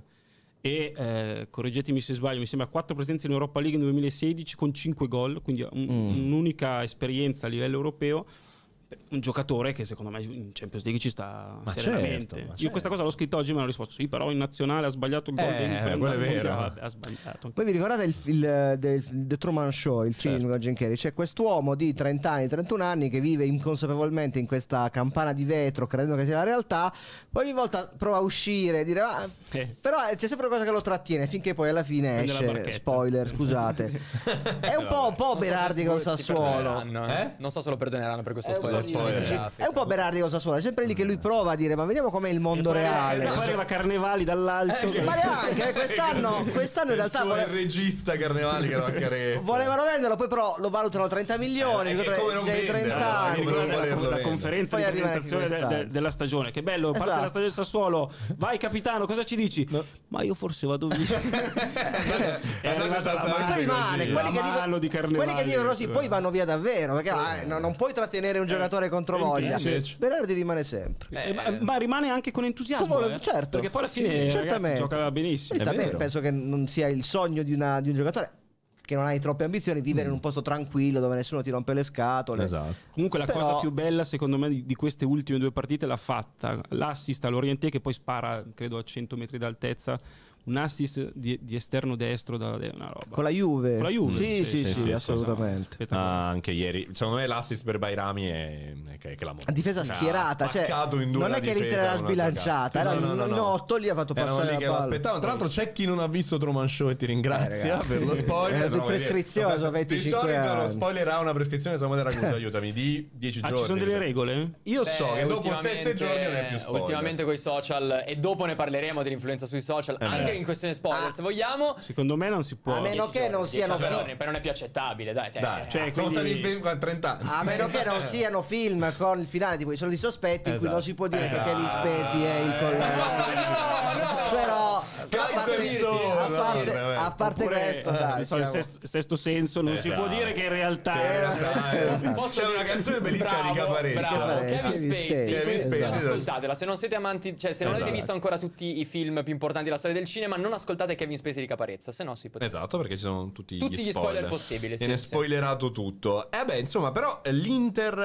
e correggetemi se sbaglio, mi sembra 4 presenze in Europa League nel 2016 con 5 gol, quindi un'unica esperienza a livello europeo. Un giocatore che secondo me in Champions League ci sta serenamente. certo, Io questa cosa l'ho scritto oggi, ma hanno risposto sì, però in nazionale ha sbagliato il gol quello è vero. Vabbè, ha sbagliato. Voi vi ricordate il The Truman Show, il film Certo. con Jim Carrey? C'è quest'uomo di 30 anni, 31 anni che vive inconsapevolmente in questa campana di vetro credendo che sia la realtà, poi ogni volta prova a uscire e dire però c'è sempre una cosa che lo trattiene finché poi alla fine Prende la esce, barchetta. spoiler, scusate. È un po' Berardi con Sassuolo. Non so se lo perdoneranno per questo È un po' spoiler. È un po' Berardi con Sassuolo, è sempre lì che lui prova a dire ma vediamo com'è il mondo reale. Poi arriva Carnevali dall'alto. Ma neanche quest'anno in realtà il regista Carnevali che lo accarezza. volevano venderlo, poi però lo valutano 30 milioni, che come non già i vendere, 30 allora, anni. come non La volerlo vendere. conferenza Poi di arriva anche presentazione quest'anno. della stagione. Che bello, parte Esatto. la stagione del Sassuolo. Vai capitano, cosa ci dici? Ma io forse vado via. È arrivata la E mano, poi rimane, così. quelli che La mano di Carnevali. quelli che dicono sì, poi vanno via davvero, perché non puoi trattenere un giocatore contro voglia. invece? Berardi rimane sempre. ma rimane anche con entusiasmo. Certo. Perché poi alla fine ragazzi, giocava benissimo. Poi sta È bene, vero. penso che non sia il sogno di un giocatore che non hai troppe ambizioni, vivere in un posto tranquillo dove nessuno ti rompe le scatole. Esatto. Comunque la Però- cosa più bella secondo me di queste ultime 2 partite l'ha fatta l'assist all'Orientè, che poi spara credo a 100 metri d'altezza, un assist di esterno destro da una roba. Con la Juve. Con la Juve, Sì, assolutamente. Spettacolare. Anche ieri, secondo me l'assist per Bairami è clamoroso. A difesa schierata, Ha cioè, spaccato in due non la è che l'Inter difesa era con una sbilanciata, giocata. era No. in 8 lì ha fatto Erano passare lì la che lo palla. aspettavano. Tra l'altro c'è chi non ha visto Truman Show e ti ringrazia ragazzi, per lo spoiler. di però voglio dire, prescrizione sono di 25 solito lo anni. spoiler ha una prescrizione, Samuele Ragusa, aiutami, di 10 giorni. Ci sono delle regole? Io so che dopo ultimamente- 7 giorni non è più spoiler. Ultimamente con i social, e dopo ne parleremo dell'influenza sui social, anche in questione spoiler, se vogliamo. Secondo me non si può. A meno che non siano però, film, però non è più accettabile, dai. Dai, Cioè, sono quindi- stati ben 30 anni. a meno che non siano film con il finale tipo i soliti sospetti in cui Esatto. non si può dire che Kevin Spacey è il collega. Però a parte Oppure, questo, dai, non so, il siamo- sesto senso non si può Esatto. dire che in realtà C'è una canzone bellissima di Caparezza. Bravo, Kevin Kevin Spacey. Kevin Spacey, Ascoltatela, se non siete amanti, cioè se non avete Esatto. visto ancora tutti i film più importanti della storia del cinema, non ascoltate Kevin Spacey di Caparezza, se no si potete. Esatto, perché ci sono tutti Tutti gli spoiler possibili, Viene sì. spoilerato tutto. Beh, insomma, però l'Inter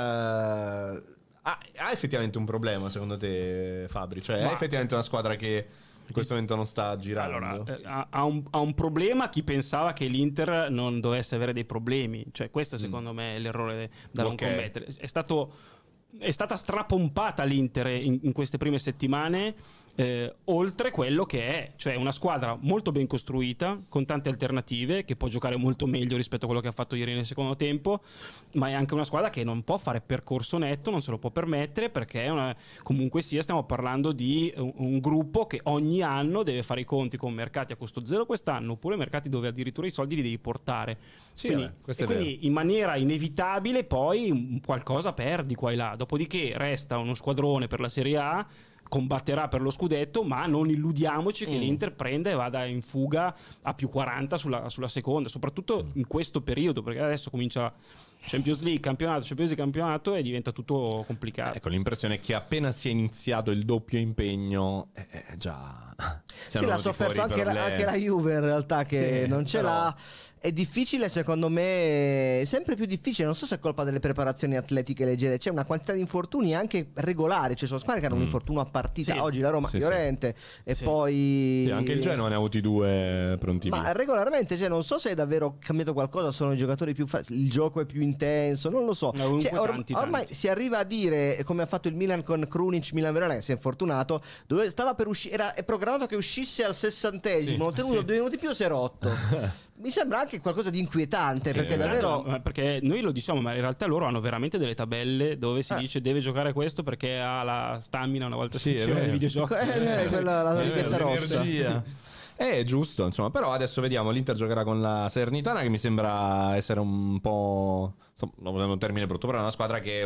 ha effettivamente un problema, secondo te, Fabri? Cioè, è effettivamente una squadra che in questo momento non sta girando? Allora, ha un problema chi pensava che l'Inter non dovesse avere dei problemi. Cioè, questo secondo me è l'errore da non Ok. commettere. È stata strapompata l'Inter in queste prime settimane, oltre quello che è, cioè una squadra molto ben costruita, con tante alternative, che può giocare molto meglio rispetto a quello che ha fatto ieri nel secondo tempo, ma è anche una squadra che non può fare percorso netto, non se lo può permettere, perché comunque sia stiamo parlando di un gruppo che ogni anno deve fare i conti con mercati a costo zero quest'anno, oppure mercati dove addirittura i soldi li devi portare. Sì, quindi, questo è quindi in maniera inevitabile poi qualcosa perdi qua e là, dopodiché resta uno squadrone per la Serie A, combatterà per lo scudetto, ma non illudiamoci che l'Inter prenda e vada in fuga a più 40 sulla seconda, soprattutto in questo periodo, perché adesso comincia Champions League, campionato e diventa tutto complicato. Ecco, l'impressione è che appena si è iniziato il doppio impegno, già sì, l'ha sofferto anche la Juve in realtà, che sì, non ce però... l'ha. È difficile, secondo me, è sempre più difficile. Non so se è colpa delle preparazioni atletiche leggere. C'è una quantità di infortuni anche regolari. Ci sono squadre che hanno un infortunio a partita. Sì. Oggi la Roma, Sì, Llorente, e Sì. poi Sì, anche il Genoa ne ha avuti 2 pronti Ma via. regolarmente, cioè, non so se è davvero cambiato qualcosa. Sono i giocatori più il gioco è più intenso. Non lo so. Comunque Cioè, ormai tanti. si arriva a dire, come ha fatto il Milan con Krunic, Milan Verona, che si è infortunato, dove stava per uscire, è programmato che uscisse al 60esimo. L'ho tenuto 2 minuti più, si è rotto. Mi sembra anche qualcosa di inquietante, Sì, perché è vero. davvero Perché noi lo diciamo, ma in realtà loro hanno veramente delle tabelle dove si dice deve giocare questo perché ha la stamina una volta Sì, si è diceva nei vero. videogiochi. quella la È righetta vero, rossa. l'energia. È giusto, insomma, però adesso vediamo, l'Inter giocherà con la Salernitana, che mi sembra essere un po', insomma, non usando un termine brutto, però è una squadra che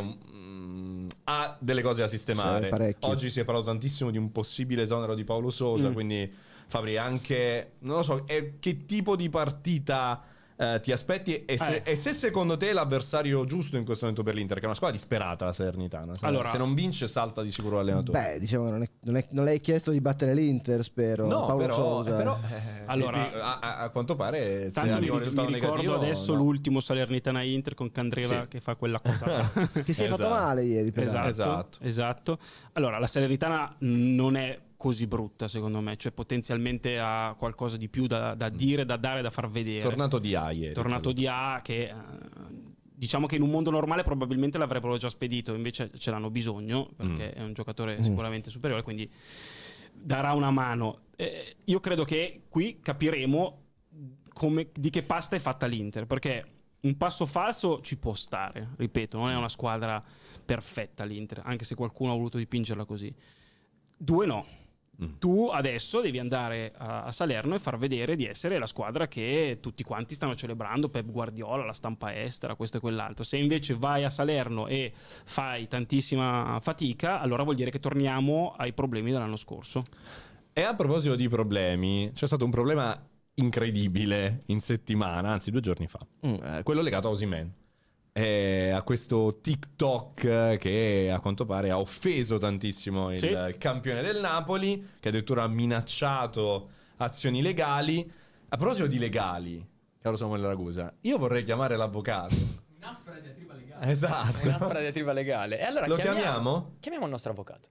ha delle cose da sistemare. Sì, parecchio. Oggi si è parlato tantissimo di un possibile esonero di Paulo Sousa, quindi Fabri, anche, non lo so, che tipo di partita ti aspetti e se secondo te è l'avversario giusto in questo momento per l'Inter, che è una squadra disperata, la Salernitana, Allora, se non vince salta di sicuro l'allenatore. Beh, diciamo, non l'hai chiesto di battere l'Inter, spero. No, Paolo però, Sousa. Allora, a quanto pare se tanto arriva un mi risultato ricordo negativo, adesso no. l'ultimo Salernitana Inter con Candreva Sì. che fa quella cosa. Che si è fatto Esatto. male ieri, peraltro. Esatto. Allora, la Salernitana non è così brutta, secondo me, cioè potenzialmente ha qualcosa di più da dire, da dare, da far vedere. Tornato di A ieri. Tornato di A che diciamo che in un mondo normale probabilmente l'avrebbero già spedito, invece ce l'hanno bisogno perché è un giocatore sicuramente superiore, quindi darà una mano. Io credo che qui capiremo di che pasta è fatta l'Inter, perché un passo falso ci può stare, ripeto, non è una squadra perfetta l'Inter, anche se qualcuno ha voluto dipingerla così. 2 no. Tu adesso devi andare a Salerno e far vedere di essere la squadra che tutti quanti stanno celebrando, Pep Guardiola, la stampa estera, questo e quell'altro. Se invece vai a Salerno e fai tantissima fatica, allora vuol dire che torniamo ai problemi dell'anno scorso. E a proposito di problemi, c'è stato un problema incredibile in settimana, anzi 2 giorni fa, quello legato a Osimhen. A questo TikTok che a quanto pare ha offeso tantissimo il campione del Napoli, che addirittura ha minacciato azioni legali. A proposito di legali, caro Samuele Ragusa, io vorrei chiamare l'avvocato. Un'aspra diatriba legale. Esatto. Un'aspra diatriba legale. E allora Lo chiamiamo? Chiamiamo il nostro avvocato.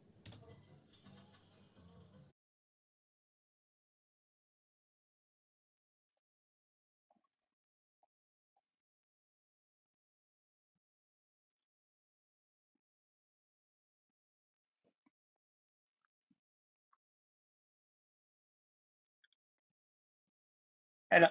No.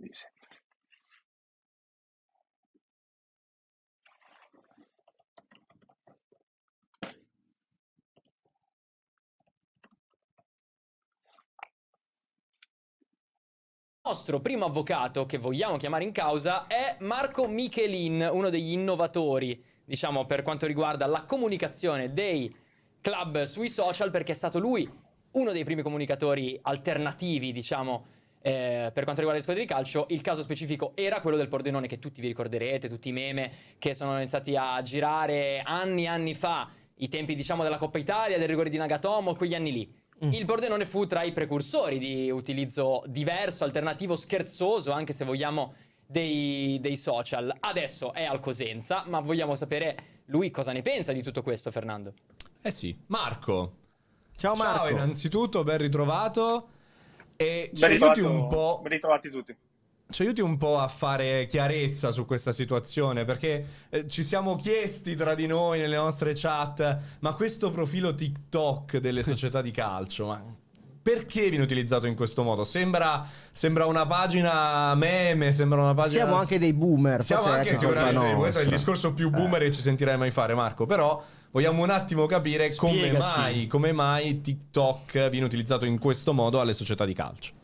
Il nostro primo avvocato che vogliamo chiamare in causa è Marco Michelin, uno degli innovatori, diciamo, per quanto riguarda la comunicazione dei club sui social, perché è stato lui uno dei primi comunicatori alternativi, diciamo, per quanto riguarda le squadre di calcio. Il caso specifico era quello del Pordenone, che tutti vi ricorderete, tutti i meme che sono iniziati a girare anni e anni fa, i tempi, diciamo, della Coppa Italia, del rigore di Nagatomo, quegli anni lì. Il Pordenone fu tra i precursori di utilizzo diverso, alternativo, scherzoso, anche se vogliamo, dei social. Adesso è al Cosenza, ma vogliamo sapere lui cosa ne pensa di tutto questo, Fernando. Eh sì, Marco. Ciao Marco. Ciao, innanzitutto ben ritrovato. E ci Ben aiuti ritrovato- un po'. ben ritrovati tutti. Ci aiuti un po' a fare chiarezza su questa situazione, perché ci siamo chiesti tra di noi nelle nostre chat, ma questo profilo TikTok delle società di calcio, ma perché viene utilizzato in questo modo? Sembra una pagina meme, sembra una pagina... Siamo anche dei boomer. Siamo forse è anche anche colpa sicuramente, questo è il nostra. discorso più boomer che ci sentirai mai fare, Marco, però vogliamo un attimo capire Spiegaci. come mai TikTok viene utilizzato in questo modo alle società di calcio.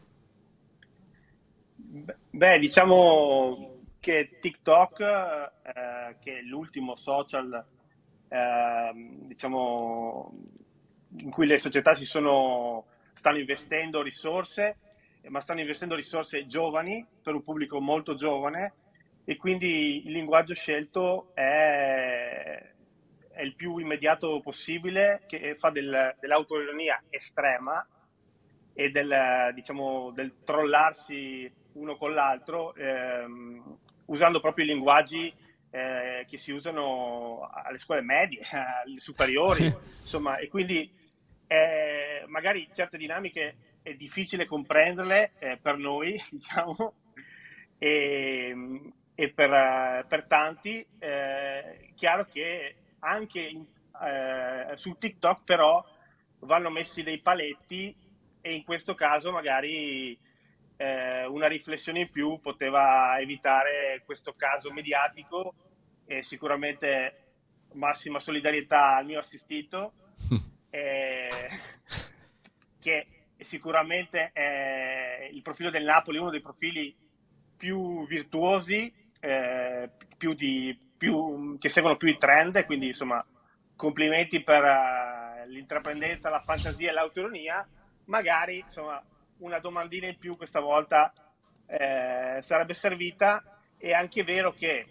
Beh, diciamo che TikTok, che è l'ultimo social, diciamo, in cui le società stanno investendo risorse, ma stanno investendo risorse giovani, per un pubblico molto giovane, e quindi il linguaggio scelto è il più immediato possibile, che fa dell'autoironia estrema e del trollarsi uno con l'altro, usando proprio i linguaggi che si usano alle scuole medie, alle superiori, insomma, e quindi magari certe dinamiche è difficile comprenderle per noi, diciamo, e per tanti. Chiaro che anche su TikTok però vanno messi dei paletti, e in questo caso magari una riflessione in più poteva evitare questo caso mediatico, e sicuramente massima solidarietà al mio assistito, che sicuramente è il profilo del Napoli, uno dei profili più virtuosi, che seguono più i trend, quindi insomma complimenti per l'intraprendenza, la fantasia e l'autoironia. Magari insomma una domandina in più questa volta sarebbe servita. È anche vero che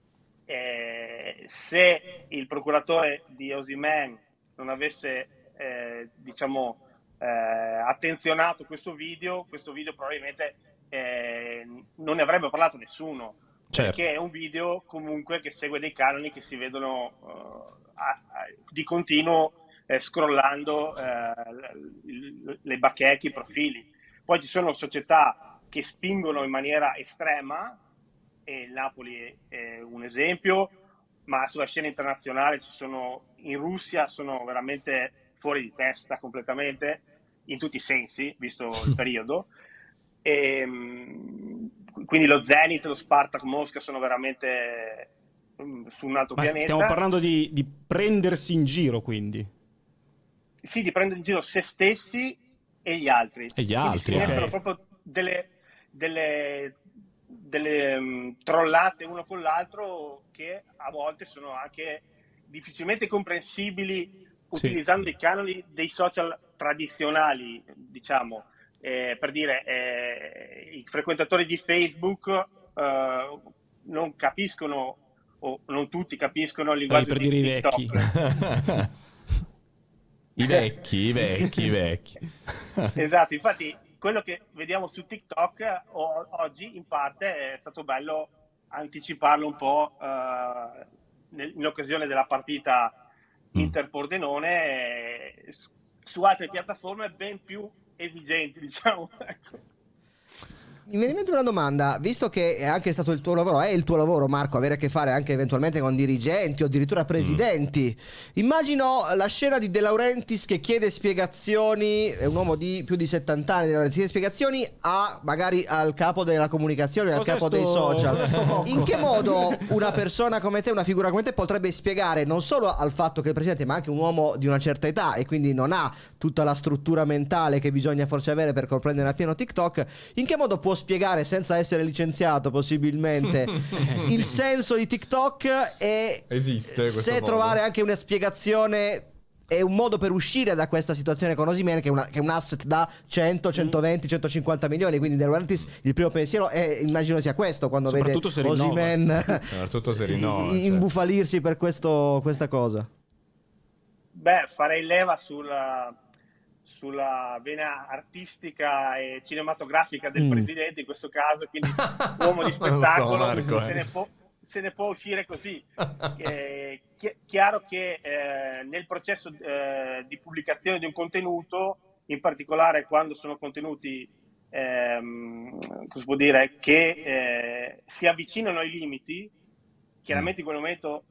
se il procuratore di Osimhen non avesse attenzionato questo video probabilmente non ne avrebbe parlato nessuno, Certo. perché è un video comunque che segue dei canoni che si vedono di continuo scrollando le bacheche, i profili. Poi ci sono società che spingono in maniera estrema, e il Napoli è un esempio, ma sulla scena internazionale in Russia sono veramente fuori di testa completamente, in tutti i sensi, visto il periodo. Quindi lo Zenit, lo Spartak Mosca sono veramente su un altro pianeta. Stiamo parlando di prendersi in giro, quindi. Sì, di prendere in giro se stessi e gli altri. E gli altri, si innescano proprio delle trollate uno con l'altro, che a volte sono anche difficilmente comprensibili utilizzando i canoni dei social tradizionali, diciamo. Per dire, i frequentatori di Facebook non capiscono, o non tutti capiscono il linguaggio di TikTok. I vecchi. Esatto, infatti quello che vediamo su TikTok oggi in parte è stato bello anticiparlo un po' in occasione della partita Inter-Pordenone, su altre piattaforme ben più esigenti, diciamo. Mi viene in mente una domanda, visto che è anche stato il tuo lavoro, è il tuo lavoro, Marco, avere a che fare anche eventualmente con dirigenti o addirittura presidenti. Immagino la scena di De Laurentiis che chiede spiegazioni, è un uomo di più di 70 anni, De Laurentiis, chiede spiegazioni magari al capo della comunicazione, al capo dei social. In che modo una persona come te, una figura come te, potrebbe spiegare non solo al fatto che il presidente, ma anche un uomo di una certa età e quindi non ha tutta la struttura mentale che bisogna forse avere per comprendere appieno TikTok, in che modo può spiegare senza essere licenziato possibilmente il senso di TikTok, e esiste se trovare anche una spiegazione e un modo per uscire da questa situazione con Osimhen, che è un asset da 100, 120, 150 milioni, quindi De Laurentiis il primo pensiero immagino sia questo quando vede Osimhen imbufalirsi per questa cosa. Beh, farei leva sulla vena artistica e cinematografica del presidente in questo caso, quindi uomo di spettacolo, Marco, se ne può uscire così. Chiaro che nel processo di pubblicazione di un contenuto, in particolare quando sono contenuti cosa si può dire, che si avvicinano ai limiti, chiaramente in quel momento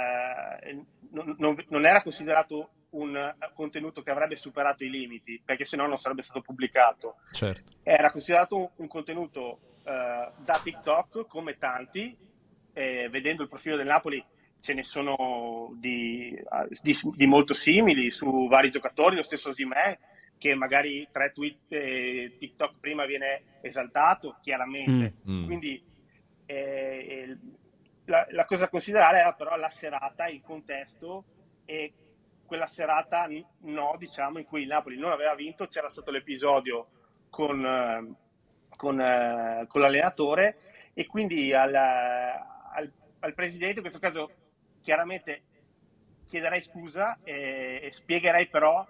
non era considerato un contenuto che avrebbe superato i limiti, perché sennò non sarebbe stato pubblicato. Certo. Era considerato un contenuto da TikTok, come tanti, vedendo il profilo del Napoli ce ne sono di molto simili su vari giocatori, lo stesso Osimhen, che magari 3 tweet TikTok prima viene esaltato chiaramente. Quindi la cosa da considerare era però la serata, il contesto, e quella serata diciamo, in cui il Napoli non aveva vinto. C'era stato l'episodio con l'allenatore, e quindi al presidente in questo caso chiaramente chiederei scusa e spiegherei però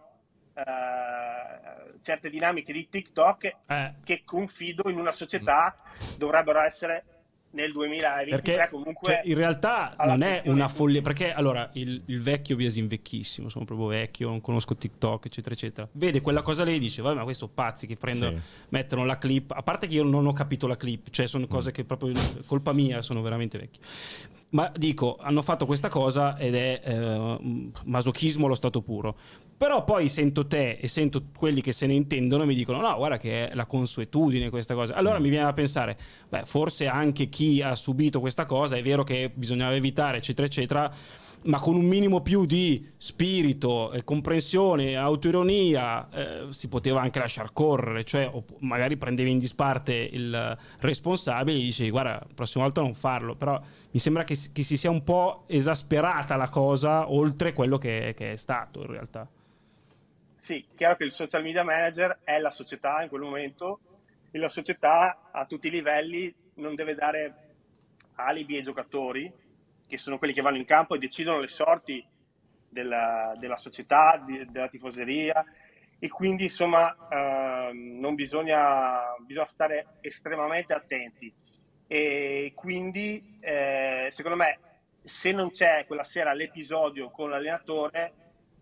certe dinamiche di TikTok che confido in una società dovrebbero essere nel 2023 perché comunque in realtà non è una follia, perché allora il vecchio Biasin vecchissimo, sono proprio vecchio, non conosco TikTok eccetera eccetera, vede quella cosa lì e dice vabbè, ma questo pazzi che prendono, mettono la clip, a parte che io non ho capito la clip, cioè sono cose che proprio colpa mia, sono veramente vecchio, ma dico hanno fatto questa cosa ed è masochismo allo stato puro. Però poi sento te e sento quelli che se ne intendono e mi dicono no, guarda che è la consuetudine questa cosa. Allora mi viene a pensare, beh, forse anche chi ha subito questa cosa, è vero che bisognava evitare, eccetera, eccetera, ma con un minimo più di spirito, comprensione, autoironia, si poteva anche lasciar correre, cioè magari prendevi in disparte il responsabile e gli dicevi guarda, la prossima volta non farlo, però mi sembra che si sia un po' esasperata la cosa oltre quello che è stato in realtà. Sì, chiaro che il social media manager è la società in quel momento e la società a tutti i livelli non deve dare alibi ai giocatori, che sono quelli che vanno in campo e decidono le sorti della società, della tifoseria, e quindi insomma non bisogna stare estremamente attenti. E quindi secondo me se non c'è quella sera l'episodio con l'allenatore,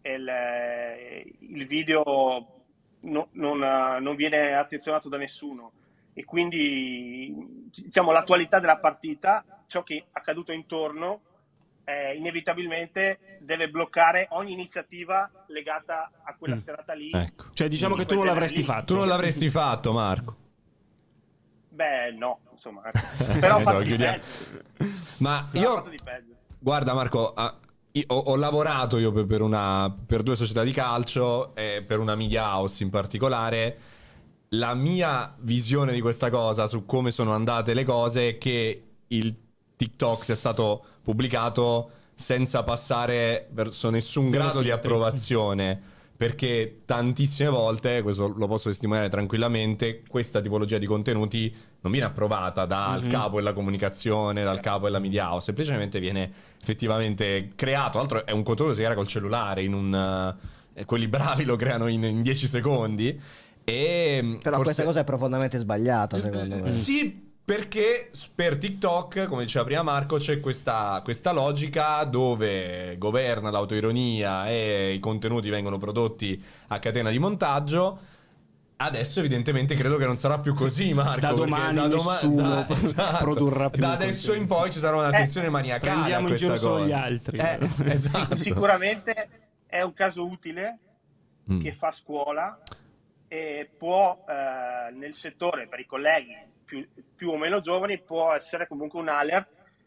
il video non viene attenzionato da nessuno, e quindi diciamo l'attualità della partita, ciò che è accaduto intorno, inevitabilmente deve bloccare ogni iniziativa legata a quella serata lì. Ecco. Cioè diciamo che tu non l'avresti fatto. Tu non l'avresti fatto, Marco. Beh no, insomma, però ho fatto di peggio. Ma Però ho fatto di peggio. Guarda Marco, ho lavorato io per due società di calcio e per una media house in particolare. La mia visione di questa cosa, su come sono andate le cose, è che il TikTok sia stato pubblicato senza passare verso nessun grado di approvazione, perché tantissime volte, questo lo posso testimoniare tranquillamente, questa tipologia di contenuti non viene approvata dal capo della comunicazione, dal capo della media house, semplicemente viene effettivamente creato. Tra l'altro è un contenuto che si crea col cellulare, quelli bravi lo creano in 10 secondi. Però questa cosa è profondamente sbagliata, secondo me. Sì, perché per TikTok, come diceva prima Marco, c'è questa logica dove governa l'autoironia e i contenuti vengono prodotti a catena di montaggio. Adesso evidentemente credo che non sarà più così, Marco. Da domani nessuno produrrà più. Da adesso in poi ci sarà un'attenzione maniacale prendiamo a questa in giro cosa. solo gli altri. Esatto. Sicuramente è un caso utile che fa scuola e può nel settore, per i colleghi più o meno giovani, può essere comunque un alert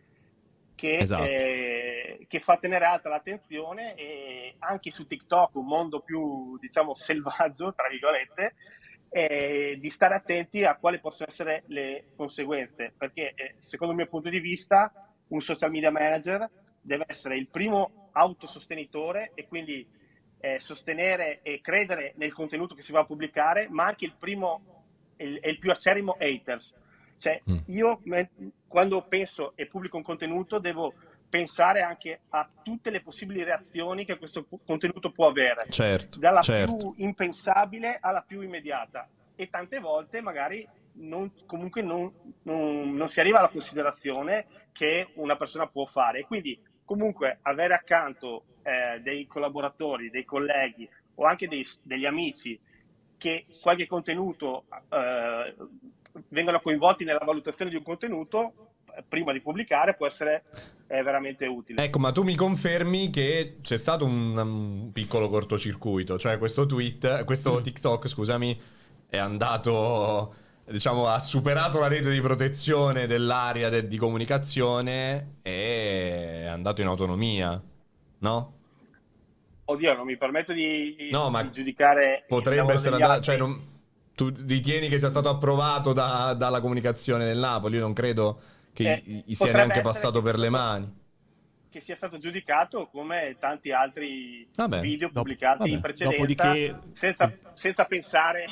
che fa tenere alta l'attenzione, e anche su TikTok, un mondo più diciamo selvaggio tra virgolette, di stare attenti a quali possono essere le conseguenze, perché secondo il mio punto di vista un social media manager deve essere il primo autosostenitore e quindi sostenere e credere nel contenuto che si va a pubblicare, ma anche il più acerrimo haters. Cioè io quando penso e pubblico un contenuto devo pensare anche a tutte le possibili reazioni che questo contenuto può avere, dalla più impensabile alla più immediata, e tante volte magari non si arriva alla considerazione che una persona può fare. Quindi comunque avere accanto dei collaboratori, dei colleghi o anche degli amici che qualche contenuto vengono coinvolti nella valutazione di un contenuto prima di pubblicare può essere veramente utile. Ecco, ma tu mi confermi che c'è stato un piccolo cortocircuito, cioè questo TikTok, scusami, è andato, diciamo, ha superato la rete di protezione dell'area di comunicazione e è andato in autonomia, no? Oddio, non mi permetto di giudicare. Potrebbe essere andato, cioè tu ritieni che sia stato approvato dalla comunicazione del Napoli? Io non credo che gli sia neanche passato per le mani. Che sia stato giudicato come tanti altri video pubblicati in precedenza, dopodiché senza pensare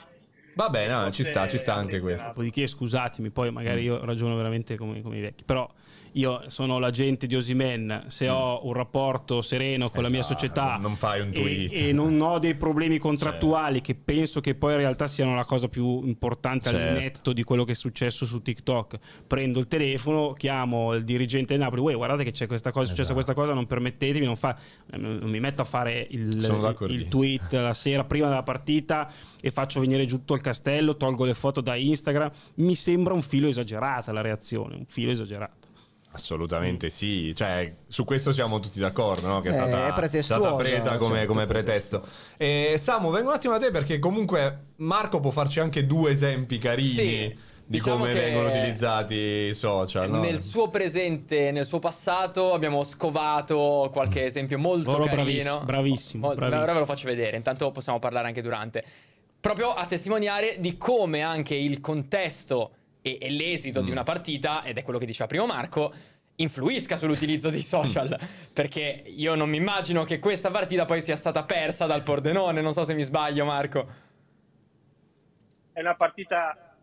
Vabbè, no, ci sta anche questo. Dopodiché, scusatemi, poi magari io ragiono veramente come i vecchi, però io sono l'agente di Osimhen, se ho un rapporto sereno con la mia società, non fai un tweet e non ho dei problemi contrattuali, che penso che poi in realtà siano la cosa più importante al netto di quello che è successo su TikTok, prendo il telefono, chiamo il dirigente del Napoli, guardate che c'è questa cosa, è successa questa cosa, non permettetemi, non mi metto a fare il tweet la sera prima della partita e faccio venire giù tutto il castello, tolgo le foto da Instagram. Mi sembra un filo esagerata la reazione, un filo esagerato. Assolutamente sì, cioè su questo siamo tutti d'accordo, no? Che è stata presa come pretesto. E Samu, vengo un attimo da te, perché comunque Marco può farci anche due esempi carini di come vengono utilizzati i social, no? Nel suo presente e nel suo passato abbiamo scovato qualche esempio molto carino. Bravissimo. Ora ve lo faccio vedere, intanto possiamo parlare anche durante. Proprio a testimoniare di come anche il contesto e l'esito di una partita, ed è quello che diceva prima Marco, influisca sull'utilizzo dei social. Perché io non mi immagino che questa partita poi sia stata persa dal Pordenone, non so se mi sbaglio, Marco. È una partita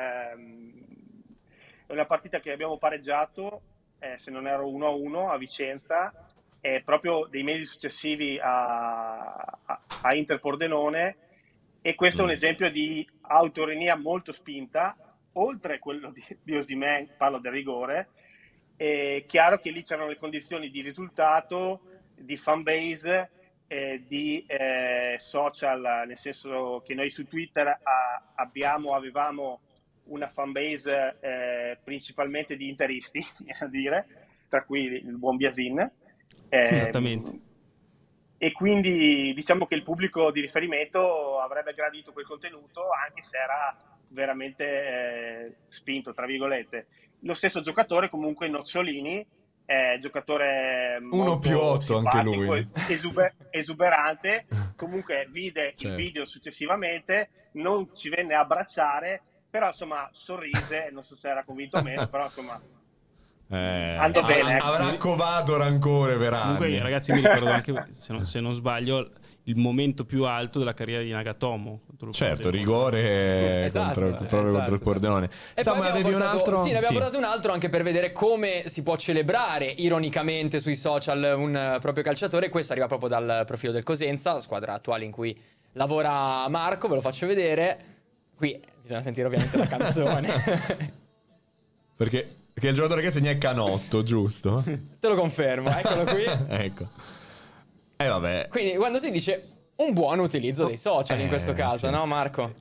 che abbiamo pareggiato, se non ero 1-1 a Vicenza, proprio dei mesi successivi a Inter Pordenone, e questo è un esempio di autoironia molto spinta, oltre quello di Osimhen, parlo del rigore. È chiaro che lì c'erano le condizioni di risultato, di fanbase, di social, nel senso che noi su Twitter avevamo una fanbase principalmente di interisti, a dire, tra cui il buon Biasin. Esattamente. E quindi diciamo che il pubblico di riferimento avrebbe gradito quel contenuto, anche se era veramente spinto, tra virgolette. Lo stesso giocatore, comunque, Nocciolini, giocatore uno più 8 anche lui, esuberante, comunque vide il video successivamente, non ci venne a abbracciare, però insomma sorrise, non so se era convinto o meno, però insomma andò bene. Avrà covato rancore per anni. Comunque ragazzi, mi ricordo anche, se non sbaglio, il momento più alto della carriera di Nagatomo. Certo, rigore contro il Pordenone. E poi avevi un altro? Sì, ne abbiamo portato un altro anche per vedere come si può celebrare ironicamente sui social un proprio calciatore. Questo arriva proprio dal profilo del Cosenza, squadra attuale in cui lavora Marco, ve lo faccio vedere. Qui bisogna sentire ovviamente la canzone. Perché il giocatore che segna è Canotto, giusto? Te lo confermo, eccolo qui. Ecco. Vabbè. Quindi quando si dice un buon utilizzo dei social in questo caso, no Marco?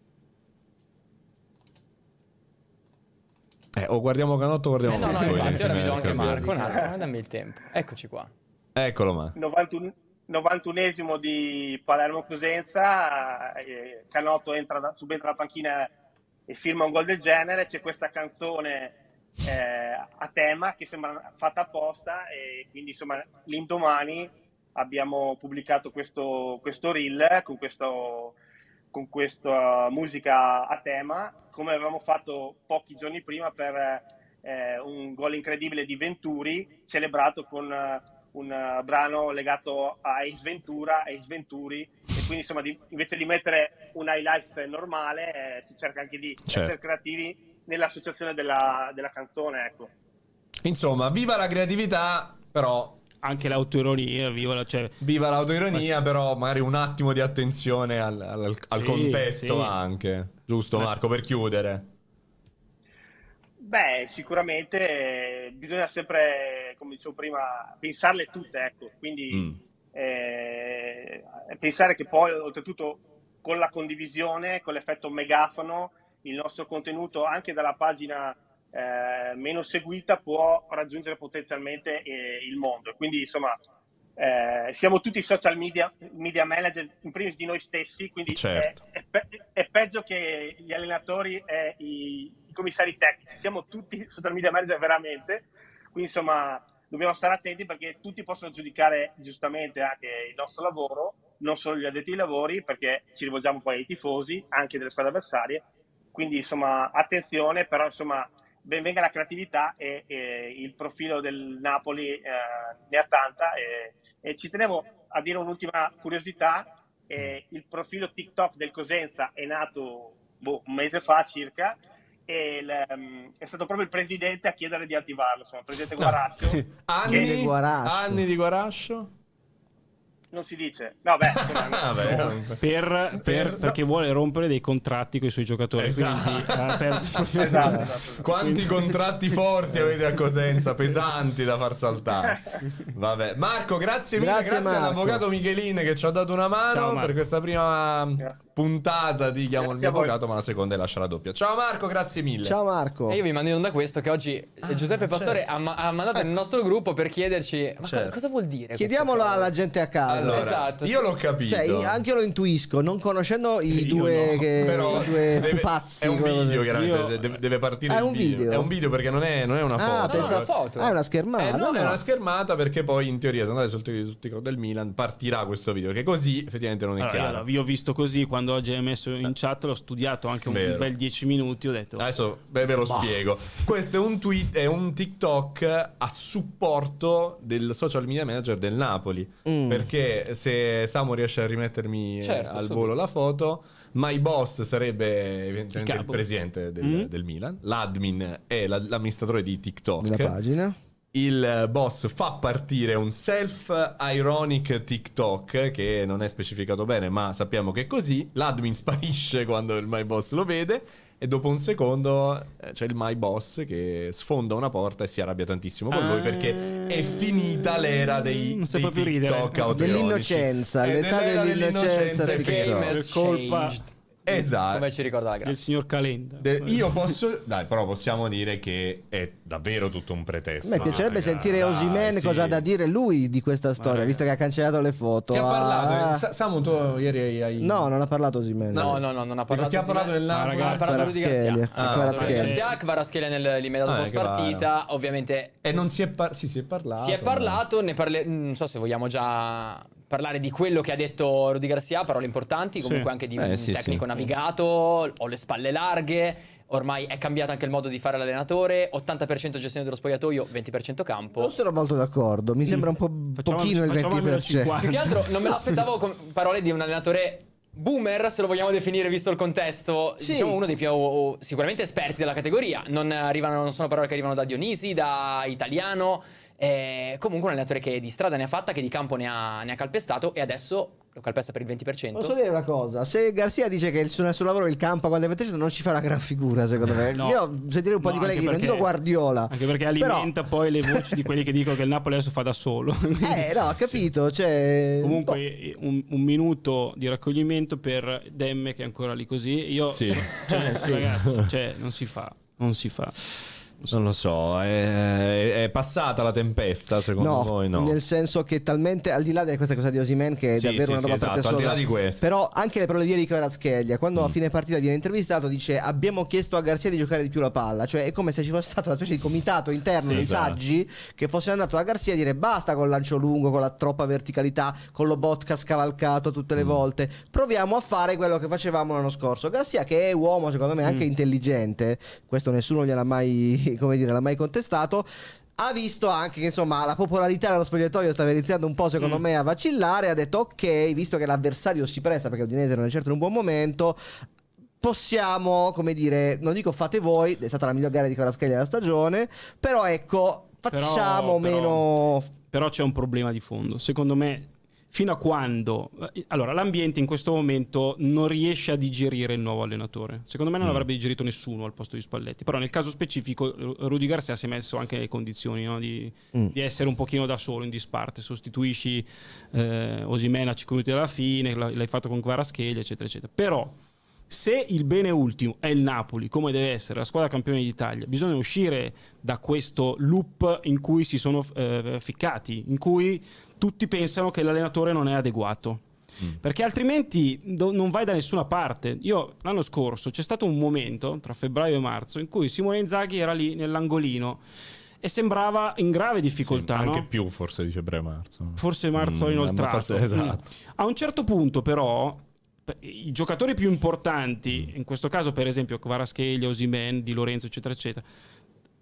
O guardiamo Canotto o guardiamo no, infatti ora vi do anche Marco un attimo, dammi il tempo. Eccoci qua. Eccolo, ma 91esimo di Palermo Cosenza, Canotto subentra dalla panchina e firma un gol del genere. C'è questa canzone a tema che sembra fatta apposta, e quindi insomma l'indomani abbiamo pubblicato questo reel con questa musica a tema, come avevamo fatto pochi giorni prima per un gol incredibile di Venturi, celebrato con un brano legato a Ace Ventura, Ace Venturi, e quindi insomma invece di mettere un highlight normale si cerca anche di essere creativi nell'associazione della canzone, ecco. Insomma, viva la creatività, però anche l'autoironia, viva l'autoironia, però magari un attimo di attenzione al contesto, anche. Giusto, Marco, per chiudere? Beh, sicuramente bisogna sempre, come dicevo prima, pensarle tutte, ecco. Quindi pensare che poi, oltretutto, con la condivisione, con l'effetto megafono, il nostro contenuto anche dalla pagina meno seguita può raggiungere potenzialmente il mondo. Quindi insomma siamo tutti social media manager, in primis di noi stessi, quindi è peggio che gli allenatori e i commissari tecnici, siamo tutti social media manager veramente. Quindi insomma dobbiamo stare attenti, perché tutti possono giudicare giustamente anche il nostro lavoro, non solo gli addetti ai lavori, perché ci rivolgiamo poi ai tifosi anche delle squadre avversarie. Quindi insomma attenzione, però insomma ben venga la creatività, e il profilo del Napoli ne ha tanta, e ci tenevo a dire un'ultima curiosità. Il profilo TikTok del Cosenza è nato un mese fa circa, e è stato proprio il presidente a chiedere di attivarlo, insomma, il presidente Guarascio. Anni di Guarascio? Non si dice. No, perché vuole rompere dei contratti con i suoi giocatori. Esatto. Quindi ha aperto esatto. Quanti contratti forti avete a Cosenza, pesanti da far saltare. Vabbè, Marco, grazie mille, grazie all'avvocato Michelin che ci ha dato una mano. Ciao, per questa prima puntata di Chiamo il mio avvocato, ma la seconda lascia la doppia. Ciao Marco, grazie mille. Ciao Marco. E io vi mando in onda questo che oggi Giuseppe Pastore ha mandato nel nostro gruppo per chiederci cosa vuol dire. Chiediamolo alla gente a casa. Allora, esatto, io l'ho capito. Cioè, anche io lo intuisco, non conoscendo i due, però due pazzi. È un video, chiaramente. Deve partire il video. È un video perché non è una foto. È una foto. È una schermata. Non è una schermata, perché poi in teoria, se andate sul TikTok del Milan, partirà questo video. Che così effettivamente non è chiaro. Io ho visto così quando oggi hai messo in chat, l'ho studiato anche un bel 10 minuti. Ho detto adesso ve lo spiego. Questo è un tweet, è un TikTok a supporto del social media manager del Napoli. Perché se Samu riesce a rimettermi al volo la foto, My Boss sarebbe evidentemente il presidente del Milan, l'admin è l'amministratore di TikTok della pagina. Il boss fa partire un self-ironic TikTok che non è specificato bene, ma sappiamo che è così. L'admin sparisce quando il My Boss lo vede e dopo un secondo c'è il My Boss che sfonda una porta e si arrabbia tantissimo con lui perché è finita l'era dei TikTok autorionici. Dell'innocenza, l'età dell'innocenza TikTok. Colpa esatto, come ci ricorda la gara del signor Calenda. Io posso però possiamo dire che è davvero tutto un pretesto. A me piacerebbe sentire Osimhen cosa ha da dire lui di questa storia, visto che ha cancellato le foto. Chi ha parlato? Samu, tu ieri hai... No, non ha parlato Osimhen. No, non ha parlato. Chi ha parlato ha parlato Rudy Garcia. Kvaratskhelia l'immediato post partita, ovviamente. E non si è parlato. Si è parlato, non so se vogliamo già parlare di quello che ha detto Rudy Garcia, parole importanti, comunque anche di un tecnico navigato, ho le spalle larghe, ormai è cambiato anche il modo di fare l'allenatore, 80% gestione dello spogliatoio, 20% campo. Non sono molto d'accordo, mi sembra un po' pochino il 20%. Più che altro non me l'aspettavo con parole di un allenatore boomer, se lo vogliamo definire visto il contesto, diciamo uno dei più sicuramente esperti della categoria. Non sono parole che arrivano da Dionisi, da Italiano. Comunque un allenatore che di strada ne ha fatta, che di campo ne ha calpestato e adesso lo calpesta per il 20%. Posso dire una cosa? Se Garcia dice che il suo lavoro è il campo quando è il 20%, non ci fa una gran figura, secondo me. Io sentirei un po' di colleghi, non dico Guardiola. Anche perché alimenta poi le voci di quelli che dicono che il Napoli adesso fa da solo. No, ho capito. Cioè, comunque un minuto di raccoglimento per Demme che è ancora lì così. Ragazzi, non si fa. Non lo so, è passata la tempesta, secondo voi? No, nel senso che talmente, al di là di questa cosa di Osimhen, che è davvero una roba per te sola, al di là di questo. Però anche le parole di ieri Kvaratskhelia, quando a fine partita viene intervistato, dice: abbiamo chiesto a Garcia di giocare di più la palla. Cioè è come se ci fosse stata una specie di comitato interno dei saggi che fosse andato a Garcia a dire: basta col lancio lungo, con la troppa verticalità, con lo Lobotka scavalcato tutte le volte, proviamo a fare quello che facevamo l'anno scorso. Garcia, che è uomo secondo me anche intelligente, questo nessuno gliel'ha mai l'ha mai contestato, ha visto anche che insomma la popolarità dello spogliatoio stava iniziando un po' secondo me a vacillare, ha detto ok, visto che l'avversario si presta, perché Udinese non è certo in un buon momento, possiamo, come dire, non dico fate voi, è stata la miglior gara di Kvaratskhelia della stagione, però ecco, facciamo meno... Però c'è un problema di fondo, secondo me. Fino a quando? Allora, l'ambiente in questo momento non riesce a digerire il nuovo allenatore. Secondo me non avrebbe digerito nessuno al posto di Spalletti. Però nel caso specifico Rudy Garcia si è messo anche nelle condizioni, no? di essere un pochino da solo, in disparte. Sostituisci Osimhen a 5 minuti alla fine, l'hai fatto con Kvaratskhelia, eccetera, eccetera. Però se il bene ultimo è il Napoli, come deve essere la squadra campione d'Italia, bisogna uscire da questo loop in cui si sono ficcati, in cui tutti pensano che l'allenatore non è adeguato, perché altrimenti non vai da nessuna parte. Io l'anno scorso c'è stato un momento tra febbraio e marzo in cui Simone Inzaghi era lì nell'angolino e sembrava in grave difficoltà, anche più forse di febbraio e marzo, forse marzo inoltrato. Esatto. A un certo punto però i giocatori più importanti, in questo caso per esempio Kvaratskhelia, Osimhen, Di Lorenzo eccetera eccetera,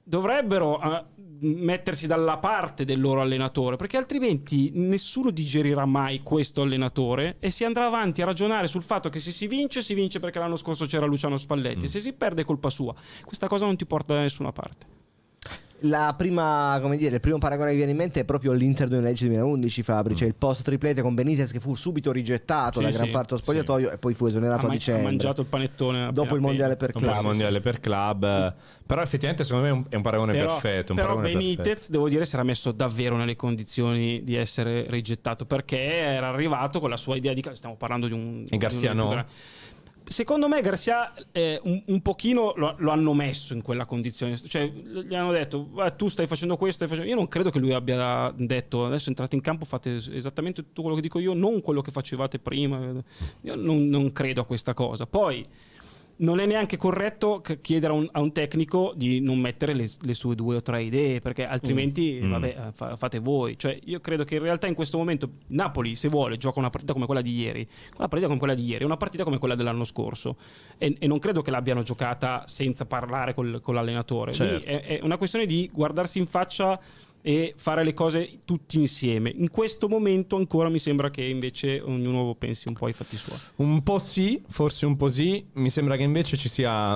dovrebbero mettersi dalla parte del loro allenatore, perché altrimenti nessuno digerirà mai questo allenatore e si andrà avanti a ragionare sul fatto che se si vince perché l'anno scorso c'era Luciano Spalletti, se si perde è colpa sua. Questa cosa non ti porta da nessuna parte. La prima, come dire, il primo paragone che viene in mente è proprio l'Inter 2010-2011, Fabri, cioè il post triplete con Benitez che fu subito rigettato da gran parte dello spogliatoio e poi fu esonerato a dicembre. Ha mangiato il panettone dopo il mondiale per club. Il mondiale per club. Però effettivamente secondo me è un paragone perfetto. Però Benitez, devo dire, si era messo davvero nelle condizioni di essere rigettato, perché era arrivato con la sua idea di... Stiamo parlando di un... E Garcia no? Secondo me Garcia un pochino lo hanno messo in quella condizione, cioè gli hanno detto tu stai facendo questo, io non credo che lui abbia detto adesso entrate in campo, fate esattamente tutto quello che dico io, non quello che facevate prima. Io non credo a questa cosa. Poi non è neanche corretto chiedere a un tecnico di non mettere le sue 2 o 3 idee, perché altrimenti vabbè, fate voi. Cioè io credo che in realtà in questo momento Napoli, se vuole, gioca una partita come quella di ieri. Una partita come quella di ieri è una partita come quella dell'anno scorso, e non credo che l'abbiano giocata senza parlare con l'allenatore. Certo. È una questione di guardarsi in faccia e fare le cose tutti insieme. In questo momento ancora mi sembra che invece ognuno pensi un po' ai fatti suoi. Un po' sì, forse un po' sì. Mi sembra che invece ci sia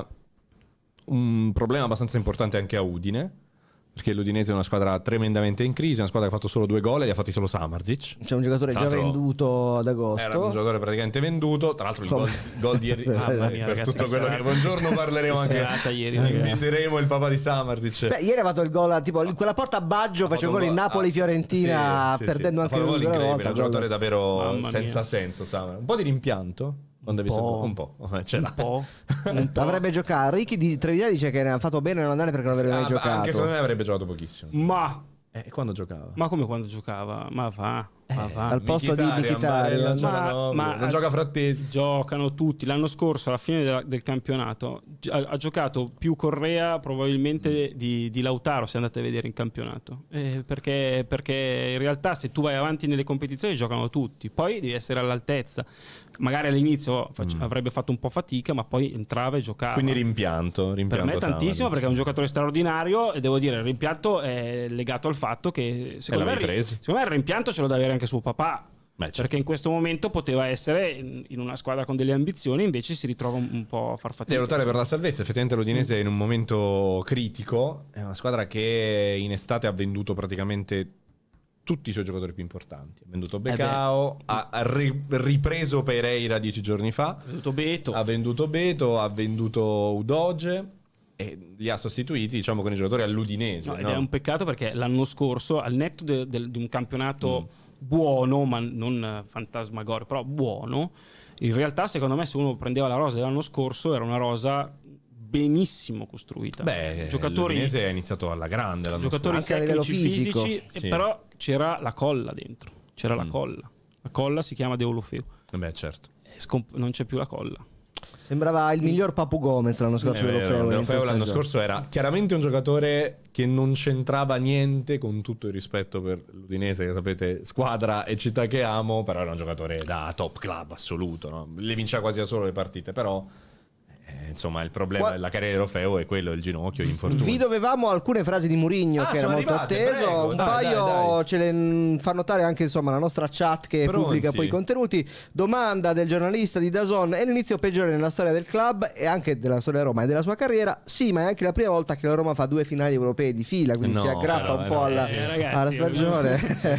un problema abbastanza importante anche a Udine, perché l'Udinese è una squadra tremendamente in crisi, una squadra che ha fatto solo 2 gol e li ha fatti solo Samardžić. C'è un giocatore già venduto ad agosto. Era un giocatore praticamente venduto. Tra l'altro il gol di ieri, Mamma mia, per ragazzi, tutto quello che buongiorno parleremo anche. Ieri, Inviteremo il papà di Samardžić. Beh, ieri ha fatto il gol tipo quella porta a Baggio, faceva gol in Napoli-Fiorentina, perdendo anche lui quella volta. Un giocatore davvero Mamma senza mia. senso, Samar. Un po' di rimpianto. Non devi sapere. Un po'. Un po'. Avrebbe giocato. Ricky di Trevisan dice che ne ha fatto bene a non andare perché non avrebbe mai giocato. Anche secondo me avrebbe giocato pochissimo. Ma quando giocava? Ma come quando giocava? Ma va. Al posto di Mkhitaryan. Non gioca Frattesi. Giocano tutti. L'anno scorso, alla fine del campionato, ha giocato più Correa probabilmente di Lautaro, se andate a vedere in campionato. Perché in realtà se tu vai avanti nelle competizioni giocano tutti. Poi devi essere all'altezza. Magari all'inizio avrebbe fatto un po' fatica, ma poi entrava e giocava. Quindi rimpianto per me tantissimo, perché è un giocatore straordinario, e devo dire il rimpianto è legato al fatto che secondo me il rimpianto ce lo deve avere anche suo papà. Perché in questo momento poteva essere in una squadra con delle ambizioni, invece si ritrova un po' a far fatica. Deve lottare per la salvezza. Effettivamente l'Udinese è in un momento critico. È una squadra che in estate ha venduto praticamente tutti i suoi giocatori più importanti. Ha venduto Becao, ha ripreso Pereira 10 giorni fa, ha venduto Beto, ha venduto Udoge e li ha sostituiti, diciamo, con i giocatori all'Udinese. Ed è un peccato, perché l'anno scorso, al netto di un campionato buono, ma non fantasmagorico, però buono, in realtà secondo me se uno prendeva la rosa dell'anno scorso era una rosa benissimo costruita. L'Udinese è iniziato alla grande l'anno giocatori scorso. tecnici, fisici, però c'era la colla dentro, c'era la colla si chiama Deulofeu. Certo. Non c'è più la colla. Sembrava il miglior Papu Gomez l'anno scorso. Deulofeu l'anno scorso era chiaramente un giocatore che non c'entrava niente, con tutto il rispetto per l'Udinese, che sapete, squadra e città che amo, però era un giocatore da top club assoluto, no? Le vinceva quasi da solo le partite, però insomma il problema della carriera di Deulofeu è quello, il ginocchio, gli infortuni. Vi dovevamo alcune frasi di Mourinho che era molto atteso, prego, un paio ce le fa notare anche insomma la nostra chat che pubblica poi i contenuti. Domanda del giornalista di DAZN: è l'inizio peggiore nella storia del club e anche della storia Roma e della sua carriera? Sì, ma è anche la prima volta che la Roma fa 2 finali europee di fila, quindi si aggrappa un po' alla stagione.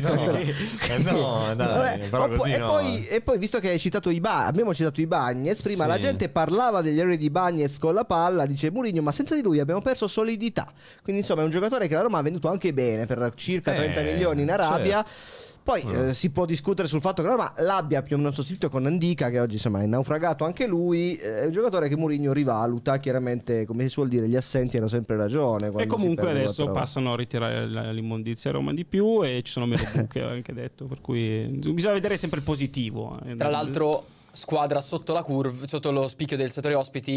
E poi visto che hai citato abbiamo citato i Bagnez prima, la gente parlava degli errori di Bagnez con la palla, dice Mourinho, ma senza di lui abbiamo perso solidità. Quindi insomma è un giocatore che la Roma ha venduto anche bene per circa 30 milioni in Arabia. Poi si può discutere sul fatto che la Roma l'abbia più o meno sostituito con Ndicka, che oggi insomma è naufragato anche lui. È un giocatore che Mourinho rivaluta, chiaramente, come si suol dire, gli assenti hanno sempre ragione. E comunque adesso passano a ritirare l'immondizia a Roma di più e ci sono meno buche, anche detto, per cui bisogna vedere sempre il positivo. Tra l'altro squadra sotto la curva, sotto lo spicchio del settore ospiti,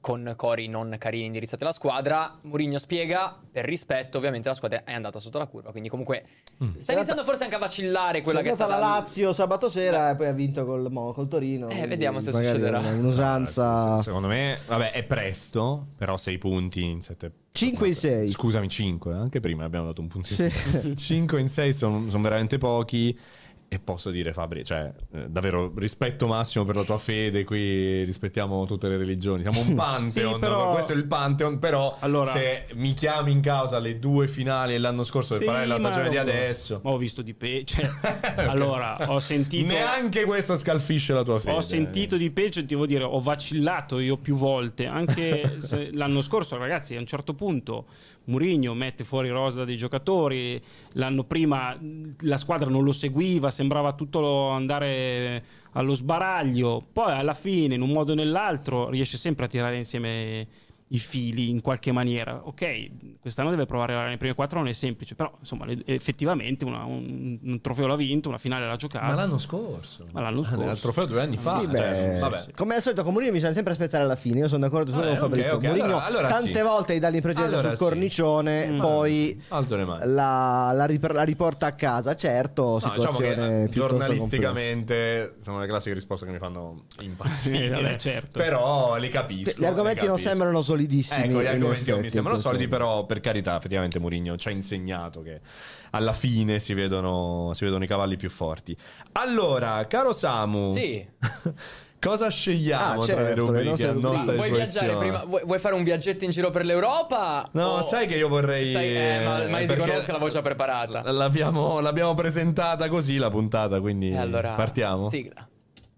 con cori non carini indirizzati alla squadra. Mourinho spiega, per rispetto ovviamente la squadra è andata sotto la curva, quindi comunque sta iniziando forse anche a vacillare quella che è stata la Lazio sabato sera e poi ha vinto col Torino. Vediamo se magari succederà. è un'usanza. Secondo me, vabbè, è presto, però 6 punti in 7. 5 in 6. Scusami, 5, anche prima abbiamo dato un punto. Sì. 5 in 6 sono veramente pochi. E posso dire, Fabri, cioè, davvero rispetto massimo per la tua fede. Qui rispettiamo tutte le religioni. Siamo un pantheon, Sì, però... questo è il pantheon. Però allora... se mi chiami in causa le 2 finali dell'anno scorso per parlare della stagione di adesso, ma ho visto di peggio. Allora, ho sentito. Neanche questo scalfisce la tua fede. Ho sentito di peggio, ti devo dire, ho vacillato io più volte. Anche l'anno scorso, ragazzi, a un certo punto Mourinho mette fuori rosa dei giocatori. L'anno prima la squadra non lo seguiva, sembrava tutto andare allo sbaraglio. Poi alla fine, in un modo o nell'altro, riesce sempre a tirare insieme i fili in qualche maniera. Ok, quest'anno deve provare a arrivare nei primi 4, non è semplice, però insomma effettivamente un trofeo l'ha vinto, una finale l'ha giocata. Ma l'anno scorso. Il trofeo 2 anni fa. Sì, vabbè. sì. Come al solito con Mourinho bisogna sempre aspettare alla fine. Io sono d'accordo con Fabrizio. Okay. Mourinho allora tante sì. volte gli dà l'impressione sul cornicione, poi alzo le mani. la riporta a casa. Certo, situazione diciamo che piuttosto giornalisticamente sono le classiche risposte che mi fanno impazzire. Vabbè, certo. Però li capisco. Gli argomenti non sembrano solidissimi. Ecco, gli argomenti in mi sembrano effetti, solidi, però per carità, effettivamente Mourinho ci ha insegnato che alla fine si vedono i cavalli più forti. Allora, caro Samu, Sì. cosa scegliamo tra le certo, rubriche a nostra Vuoi viaggiare disposizione? prima? Vuoi fare un viaggetto in giro per l'Europa? No, sai che io vorrei... ma io ti perché conosco, l'avevo già preparata. L'abbiamo presentata così la puntata, quindi Allora, partiamo. sigla.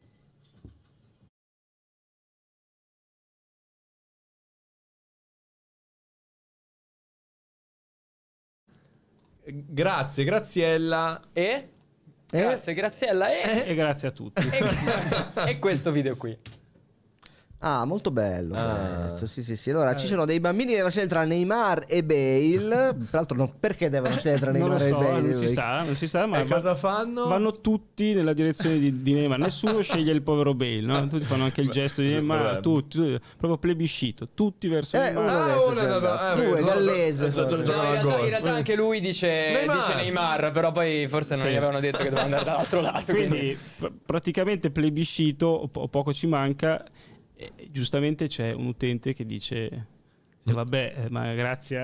Grazie, Graziella. Grazie, Graziella. E grazie a tutti. E questo video qui. Ah, molto bello questo. Sì. Allora, ci sono dei bambini che devono scegliere tra Neymar e Bale. Tra l'altro, perché devono scegliere tra Non lo Neymar so, e Bale? non si sa, ma E cosa fanno? vanno tutti nella direzione di Neymar. Nessuno sceglie il povero Bale, no? Tutti fanno anche il gesto di Neymar, tutti, proprio plebiscito, tutti verso Neymar. Due, Gallese. In realtà anche lui dice Neymar, però poi forse non Sì. gli avevano detto che doveva andare dall'altro lato. Quindi praticamente plebiscito, o poco ci manca. E giustamente c'è un utente che dice: vabbè, ma grazie.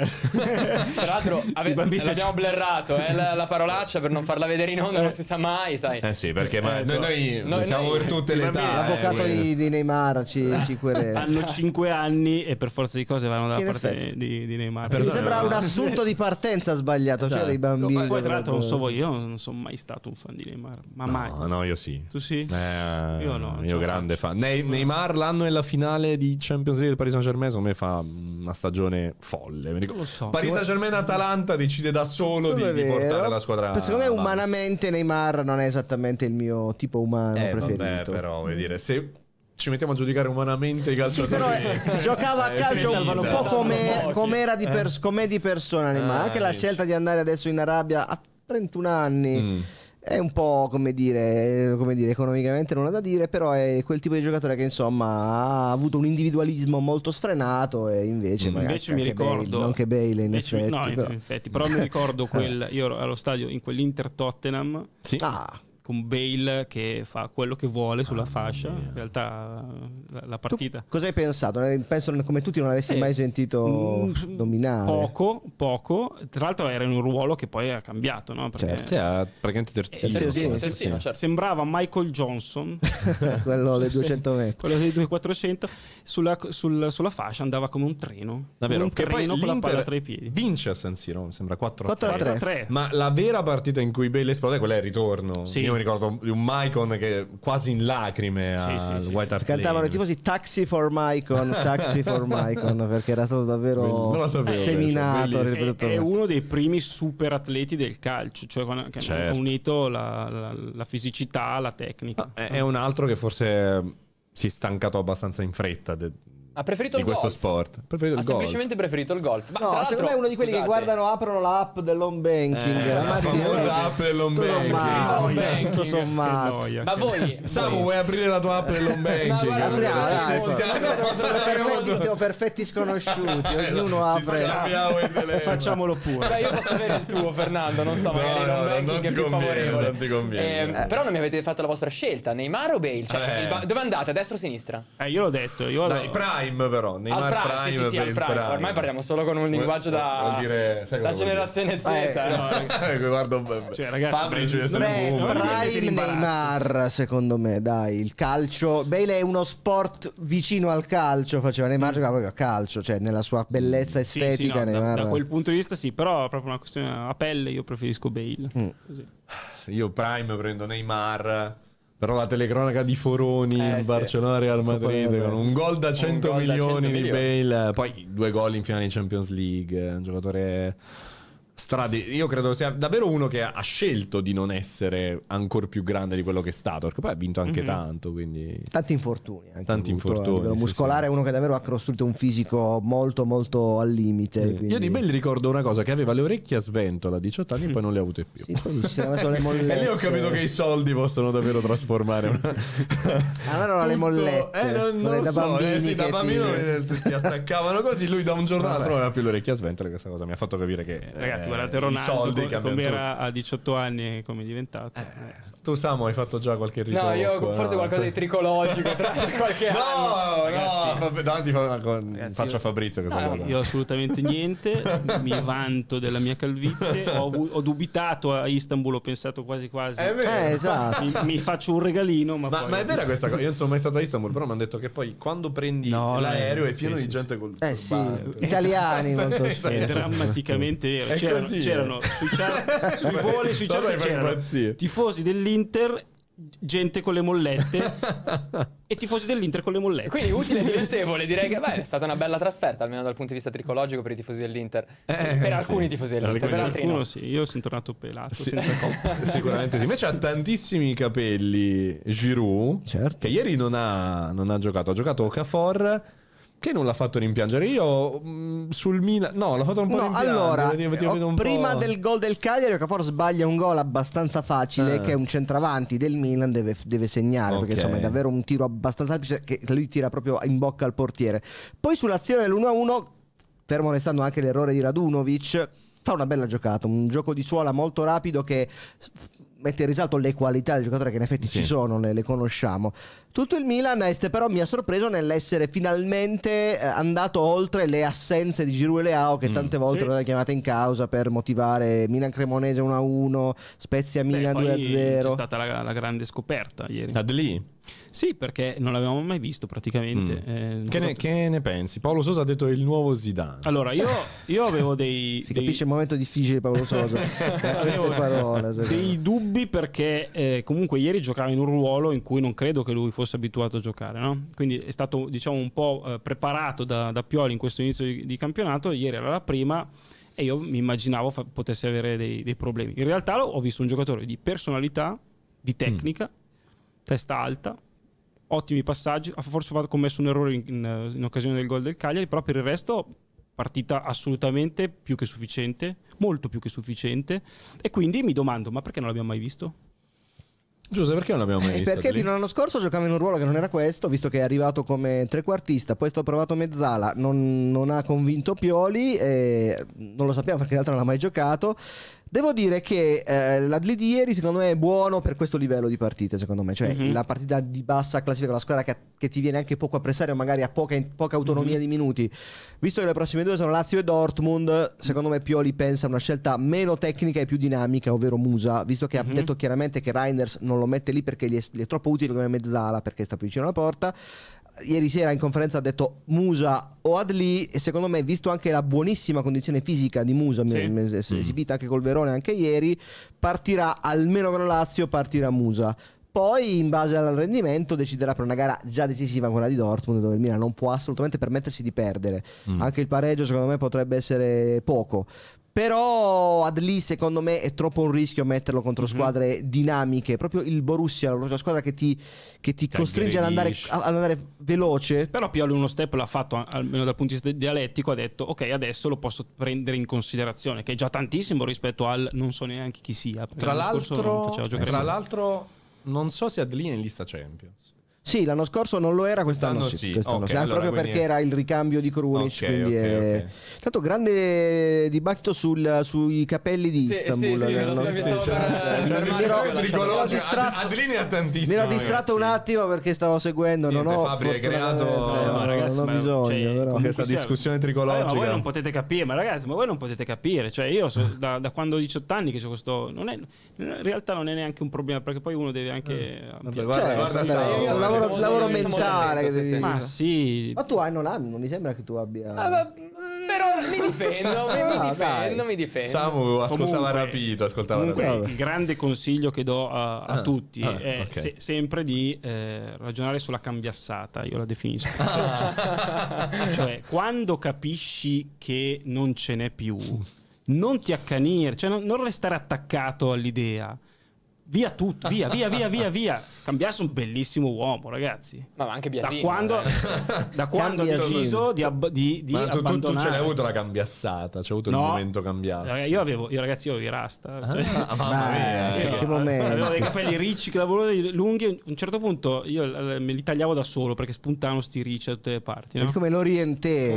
Tra l'altro l'abbiamo blurrato la parolaccia per non farla vedere in onda, non si sa mai, sai. Sì, perché noi siamo per tutte le età. L'avvocato di Neymar ci querela. Hanno 5 anni e per forza di cose vanno dalla parte di Neymar. Mi sembra un assunto di partenza sbagliato, cioè dei bambini. Poi tra l'altro non so voi, io non sono mai stato un fan di Neymar, ma mai. No, io sì. Tu sì? Io no. Io grande fan. Neymar l'anno e la finale di Champions League del Paris Saint-Germain secondo me fa una stagione folle. Non lo so. Paris Saint-Germain-Atalanta decide da solo di portare la squadra. Secondo me umanamente Neymar non è esattamente il mio tipo umano preferito. Vabbè, però vuol dire, se ci mettiamo a giudicare umanamente i calciatori, però giocava a calcio un po' com'era di persona Neymar. Anche la scelta di andare adesso in Arabia a 31 anni è un po' come dire, economicamente non ha da dire, però è quel tipo di giocatore che insomma ha avuto un individualismo molto sfrenato e invece mi ricordo Bale, non che Bale in effetti, in effetti, però mi ricordo io ero allo stadio in quell'Inter Tottenham. Sì. Con Bale che fa quello che vuole sulla fascia. In realtà la partita. Tu cosa hai pensato? Penso come tutti non avessi mai sentito dominare. Poco. Tra l'altro era in un ruolo che poi ha cambiato, no? Perché praticamente terzino. Certo. Sembrava Michael Johnson, quello dei 200 metri. quello dei 2400 sulla fascia andava come un treno. Davvero? Un treno con la palla tra i piedi. Vince a San Siro, mi sembra 4-3. 4-3. Ma la vera partita in cui Bale esplode, quella è il ritorno. Sì. Io mi ricordo di un Maicon che quasi in lacrime al White Hart Cantavano Lane. i tifosi Taxi for Maicon perché era stato davvero Non lo sapevo, seminato. È uno dei primi super atleti del calcio, cioè che ha unito la fisicità, la tecnica. È un altro che forse si è stancato abbastanza in fretta Ha preferito di il golf. questo sport. Preferito Ha il golf. semplicemente preferito il golf. Ma No, tra secondo l'altro, me è uno di quelli che scusate, guardano, aprono l'app dell'home banking. la La mattina. famosa app dell'home Tutto banking. sommato, Home banking. tutto Che sommato. noia. Ma voi Samu, vuoi aprire la tua app dell'home banking? guarda, Apriamo, dai, sì, sì, perfetti, perfetti sconosciuti, ognuno apre. Scambiamo il telefono. Facciamolo pure. Beh, io posso avere il tuo, Fernando, non so, magari il home banking non è ti più conviene, favorevole. non ti conviene. Però non mi avete fatto la vostra scelta, Neymar o Bale? Cioè, dove andate, a destra o a sinistra? Io l'ho detto, Dai, Prime però, Neymar Al Prime, sì, sì, al Prime. Ormai parliamo solo con un linguaggio Vuol dire, sai da cosa vuol generazione Z. Guardo Cioè, ragazzi, Fabbrici e Beh, non mi mettete in Prime imbarazzo. Neymar, secondo me, dai, il calcio. Bale è uno sport vicino al calcio, faceva Neymar giocava proprio a calcio, cioè nella sua bellezza Sì, estetica. sì, no, Neymar. da quel punto di vista sì, però è proprio una questione a pelle, io preferisco Bale. Così. Io Prime prendo Neymar. Però la telecronaca di Foroni in sì. Barcellona Real Madrid Vabbè. con un gol da 100 gol da 100 milioni di milioni. Bale, poi 2 gol in finale di Champions League, un giocatore io credo sia davvero uno che ha scelto di non essere ancora più grande di quello che è stato, perché poi ha vinto anche tanto, quindi Tanti infortuni, anche Tanti avuto, infortuni, a livello sì, muscolare sì. è uno che davvero ha costruito un fisico molto molto al limite. quindi- Io di Bale ricordo una cosa, che aveva le orecchie a sventola a 18 anni e poi non le ha avute più. Sì, poi si era messo le mollette. E lì ho capito che i soldi possono davvero trasformare una... Allora le mollette. non quelle lo da so, bambini sì, da che bambino ti attaccavano così, lui da un giorno all'altro non aveva più le orecchie a sventola, questa cosa mi ha fatto capire che Ragazzi, guardate i Ronaldo soldi come cambiano tutto. era a 18 anni e come è diventato. Tu Samu hai fatto già qualche ritocco? No, io forse qualcosa di tricologico tra qualche anno. No, davanti faccio a Fabrizio questa cosa. Io assolutamente niente, mi vanto della mia calvizie, ho dubitato a Istanbul, ho pensato quasi quasi È vero. Esatto. mi faccio un regalino, ma, Ma poi è vera questa cosa? Io non sono mai stato a Istanbul, però mi hanno detto che poi quando prendi No, l'aereo è sì, pieno sì, di gente col Sì, turbante. italiani molto è spesso. drammaticamente vero. È così, C'erano sui voli, sui Cosa chat mi fa c'erano impazzire? tifosi dell'Inter, gente con le mollette e tifosi dell'Inter con le mollette. Quindi utile e dilettevole, direi che è stata una bella trasferta, almeno dal punto di vista tricologico per i tifosi dell'Inter. Per alcuni tifosi dell'Inter, per altri no. Qualcuno sì, io sono tornato pelato senza coppa. Sicuramente sì. Invece ha tantissimi capelli Giroud, Certo. che ieri non ha giocato. Ha giocato Okafor, che non l'ha fatto rimpiangere. Io sul Milan... No, l'ha fatto un po' No, rimpiangere. allora, Ti vedo un prima po'... del gol del Cagliari, Okafor sbaglia un gol abbastanza facile che un centravanti del Milan deve segnare, perché Ok. insomma è davvero un tiro abbastanza semplice che lui tira proprio in bocca al portiere. Poi sull'azione dell'1-1, fermo restando anche l'errore di Radunovic, fa una bella giocata, un gioco di suola molto rapido che mette in risalto le qualità del giocatore, che in effetti ci sono, le conosciamo. Tutto il Milan però mi ha sorpreso nell'essere finalmente andato oltre le assenze di Giroud e Leao, che tante volte Sì. erano chiamate in causa per motivare Milan Cremonese 1-1, Spezia Milan Poi 2-0. c'è stata la grande scoperta ieri. Adli, Sì, perché non l'avevamo mai visto praticamente. che ne pensi? Paolo Sosa ha detto il nuovo Zidane. Allora, io avevo dei Capisce il momento difficile Paolo Sosa queste parole, secondo me. dei dubbi perché comunque ieri giocava in un ruolo in cui non credo che lui fosse abituato a giocare, no? Quindi è stato, diciamo, un po' preparato da Pioli in questo inizio di campionato. Ieri era la prima e io mi immaginavo potesse avere dei problemi. In realtà ho visto un giocatore di personalità, di tecnica, testa alta, ottimi passaggi. Ha forse commesso un errore in occasione del gol del Cagliari, però per il resto partita assolutamente più che sufficiente, molto più che sufficiente, e quindi mi domando, ma perché non l'abbiamo mai visto? Giuseppe, perché non l'abbiamo mai visto? Perché Adli? fino all'anno scorso giocava in un ruolo che non era questo, visto che è arrivato come trequartista, poi è stato provato mezzala, non ha convinto Pioli, non lo sappiamo perché in realtà non ha mai giocato. Devo dire che l'Adli di ieri secondo me è buono per questo livello di partite, secondo me, cioè la partita di bassa classifica, la squadra che ti viene anche poco a pressare o magari a poca autonomia di minuti. Visto che le prossime due sono Lazio e Dortmund, secondo me Pioli pensa a una scelta meno tecnica e più dinamica, ovvero Musa, visto che ha detto chiaramente che Reinders non lo mette lì perché gli è troppo utile come mezzala, perché sta più vicino alla porta. Ieri sera in conferenza ha detto Musa o Adli, e secondo me, visto anche la buonissima condizione fisica di Musa, Sì. esibita anche col Verone anche ieri, partirà almeno con la Lazio, partirà Musa. Poi in base al rendimento deciderà per una gara già decisiva, quella di Dortmund, dove il Milan non può assolutamente permettersi di perdere. Anche il pareggio secondo me potrebbe essere poco. Però Adli secondo me è troppo un rischio metterlo contro squadre dinamiche. Proprio il Borussia, la propria squadra che ti costringe ad andare veloce. Però Pioli uno step l'ha fatto, almeno dal punto di vista dialettico, ha detto ok, adesso lo posso prendere in considerazione, che è già tantissimo rispetto al non so neanche chi sia. Tra l'altro non so se Adli è in lista Champions. Sì, l'anno scorso non lo era, quest'anno sì. Quest'anno sì. Allora, proprio perché era il ricambio di Krunic. Quindi è stato grande dibattito sui capelli di Istanbul. Adlini ha tantissimo. Mi ero distratto un attimo perché stavo seguendo. Fabri hai creato non ho bisogno. Questa discussione tricologica. Ma voi non potete capire, voi non potete capire. Cioè, io da quando ho 18 anni che c'è questo. In realtà non è neanche un problema, perché poi uno deve anche. Guarda, lavoro mentale. Ma sì. Ma tu non mi sembra che tu abbia. Però mi difendo. Samu ascoltava rapito. Comunque, il grande consiglio che do a tutti è sempre di ragionare sulla cambiassata, io la definisco. Cioè, quando capisci che non ce n'è più, non ti accanire, cioè non restare attaccato all'idea. Via tutto, via. Cambiasse un bellissimo uomo, ragazzi. Ma anche Biasini. Da quando ha deciso di abbandonare. Tu ce l'hai avuto la cambiassata, c'è avuto il momento cambiasse. Io avevo i rasta. Mamma mia, che momento. Avevo dei capelli ricci, che lavoravano lunghi. A un certo punto io me li tagliavo da solo perché spuntavano sti ricci da tutte le parti. No? Come l'Oriente.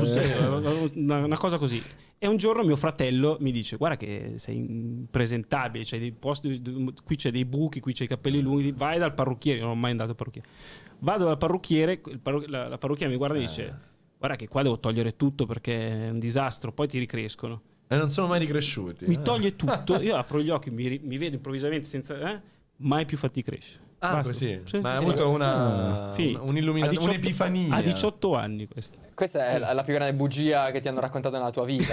Una cosa così. E un giorno mio fratello mi dice: guarda che sei impresentabile, c'hai dei posti, qui c'è dei buchi, qui c'hai i capelli lunghi, vai dal parrucchiere. Io non ho mai andato al parrucchiere. Vado dal parrucchiere, la parrucchiera mi guarda e dice: guarda che qua devo togliere tutto perché è un disastro, poi ti ricrescono. E non sono mai ricresciuti. Mi toglie tutto, io apro gli occhi, mi vedo improvvisamente senza mai più fatti crescere. Così. Ma hai avuto un'illuminazione, un'epifania. A 18 anni questo. Questa è la più grande bugia che ti hanno raccontato nella tua vita.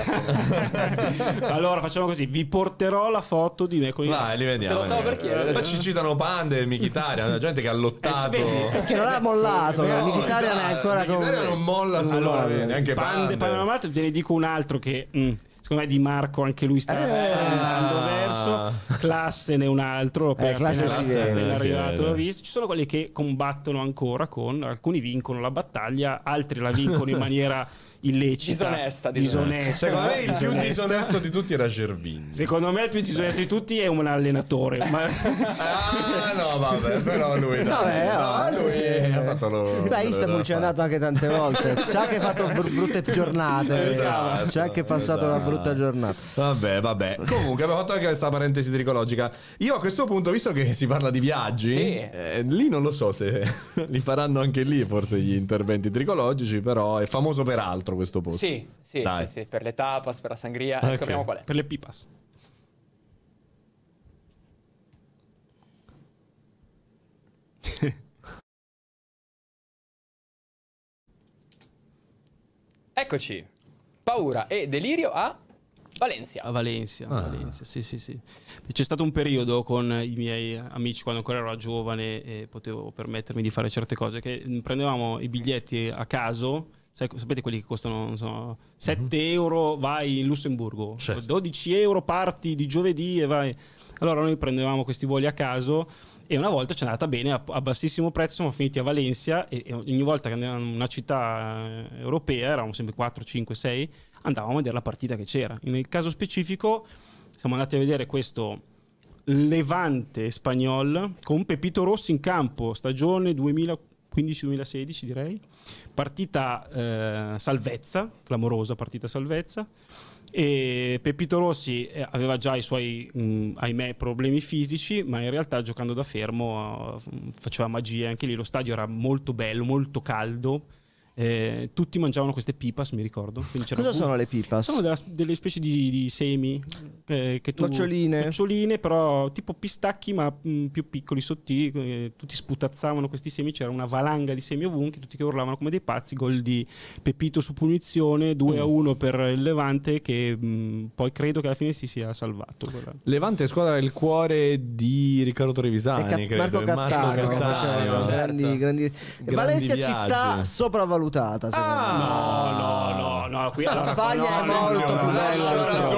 Allora facciamo così, vi porterò la foto di me con i li vediamo. Te lo stavo per chiedere. Poi ci citano Pande e Mkhitaryan, la gente che ha lottato. Perché non ha mollato, Mkhitaryan è ancora come. Mkhitaryan non molla assolutamente, neanche Pande. Ve ne dico un altro che secondo me Di Marco anche lui sta andando verso. Classe ne un altro, appena arrivato, l'ho visto. Ci sono quelli che combattono ancora, alcuni vincono la battaglia, altri la vincono in maniera illecita, disonesta. Secondo me il più disonesto di tutti era Gervin. Secondo me il più disonesto di tutti è un allenatore. No, vabbè, però lui lui ha fatto Istanbul ci è andato anche tante volte. C'ha anche fatto brutte giornate. Esatto, c'ha anche passato una brutta giornata. Vabbè. Comunque abbiamo fatto anche questa parentesi tricologica. Io a questo punto, visto che si parla di viaggi, lì non lo so se li faranno anche lì forse gli interventi tricologici, però è famoso per altro questo posto. Sì, per le tapas, per la sangria, scopriamo qual è. Per le pipas. Eccoci. Paura e delirio a Valencia. A Valencia, sì. C'è stato un periodo con i miei amici, quando ancora ero giovane e potevo permettermi di fare certe cose, che prendevamo i biglietti a caso. Sapete quelli che costano, non so, 7 euro, vai in Lussemburgo, 12 euro parti di giovedì e vai. Allora noi prendevamo questi voli a caso e una volta ci è andata bene a bassissimo prezzo, siamo finiti a Valencia e ogni volta che andavamo in una città europea, eravamo sempre 4, 5, 6, andavamo a vedere la partita che c'era. Nel caso specifico siamo andati a vedere questo Levante Spagnol con Pepito Rossi in campo, stagione 2015-2016 direi, partita salvezza, clamorosa partita salvezza, e Pepito Rossi aveva già i suoi ahimè problemi fisici, ma in realtà giocando da fermo faceva magia anche lì. Lo stadio era molto bello, molto caldo. Tutti mangiavano queste pipas, mi ricordo. Cosa sono le pipas? Sono delle specie di semi che tu, noccioline, però tipo pistacchi ma più piccoli, sottili. Tutti sputazzavano questi semi, c'era una valanga di semi ovunque, tutti che urlavano come dei pazzi. Gol di Pepito su punizione, 2-1 per il Levante, che poi credo che alla fine si sia salvato. Levante è squadra del cuore di Riccardo Trevisani, Marco Cattaneo, grandi Valencia città sopravvalutata. No, qui la Spagna è molto più bella.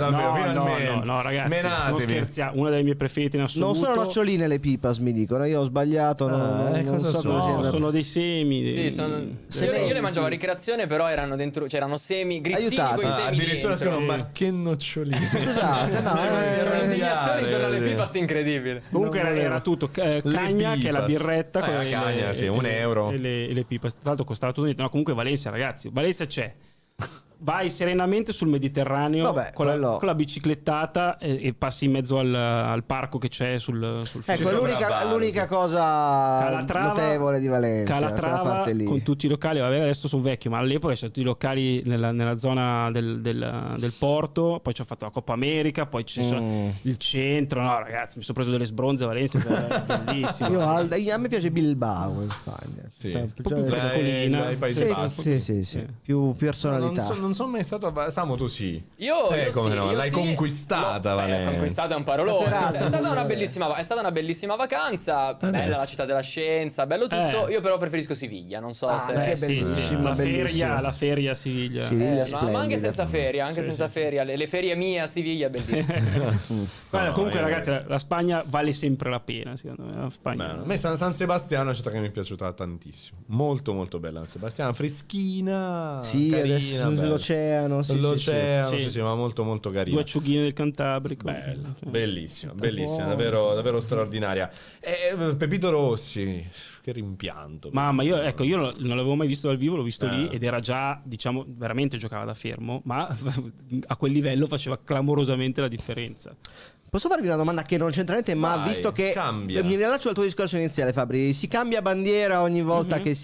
davvero, finalmente. No, ragazzi, non Menatevi. scherziamo. Una delle mie preferite in assoluto. Non sono noccioline le pipas, mi dicono. Io ho sbagliato. Non cosa so sono? cosa sia. No, sono dei semi. Sì, io le mangiavo a ricreazione, però erano dentro, c'erano semi grissini Aiutate. con i semi Addirittura dentro. scrivono, ma che noccioline. Scusate, no, C'era un'indignazione intorno alle così. pipas incredibile. Comunque era tutto cagna, che è la pipas. birretta. La cagna, sì, €1. E le pipas. Tra l'altro costava tutto niente. No, comunque Valencia, ragazzi. Valencia c'è. Vai serenamente sul Mediterraneo. Vabbè, con la biciclettata e passi in mezzo al parco che c'è sul fiume. Ecco, l'unica cosa Calatrava- notevole di Valencia, quella Calatrava parte lì. con tutti i locali, vabbè, adesso sono vecchio, ma all'epoca c'erano tutti i locali nella zona del porto, poi ci ho fatto la Coppa America, poi c'è il centro. No, ragazzi, mi sono preso delle sbronze a Valencia, è bellissimo. A me piace Bilbao in Spagna. Sì. Un Un po' più frescolina. Dai Paesi Sì, Bassi. sì. Più personalità. Non sono mai stato a Samu, tu sì. Io come sì, no, io l'hai sì. conquistata, Valencia. Conquistata è un parolone. Caterata, È stata scusa. è stata una bellissima vacanza, bella Adesso. la città della scienza, bello tutto. Io però preferisco Siviglia, non so se beh, Sì, bellissima, La bellissima. feria a Siviglia. Sì. Siviglia ma anche splendida. senza feria, senza feria, le ferie mie a Siviglia bellissime. Guarda, No, comunque, io- ragazzi, la Spagna vale sempre la pena, secondo me. La Spagna. Beh, a me San Sebastiano è una città che mi è piaciuta tantissimo. Molto molto bella San Sebastiano, freschina, Sì, carina, adesso bella. l'oceano. Sì, L'oceano, sì. sì, ma molto molto carina. Due acciughine del Cantabrico. Bella, bellissima, davvero straordinaria. Pepito Rossi, che rimpianto. Mamma, io non l'avevo mai visto dal vivo, l'ho visto lì Eh. ed era già, diciamo, veramente giocava da fermo, ma a quel livello faceva clamorosamente la differenza. Posso farvi una domanda che non c'entra niente, ma Vai, visto che cambia. mi rilascio al tuo discorso iniziale, Fabri, si cambia bandiera ogni volta che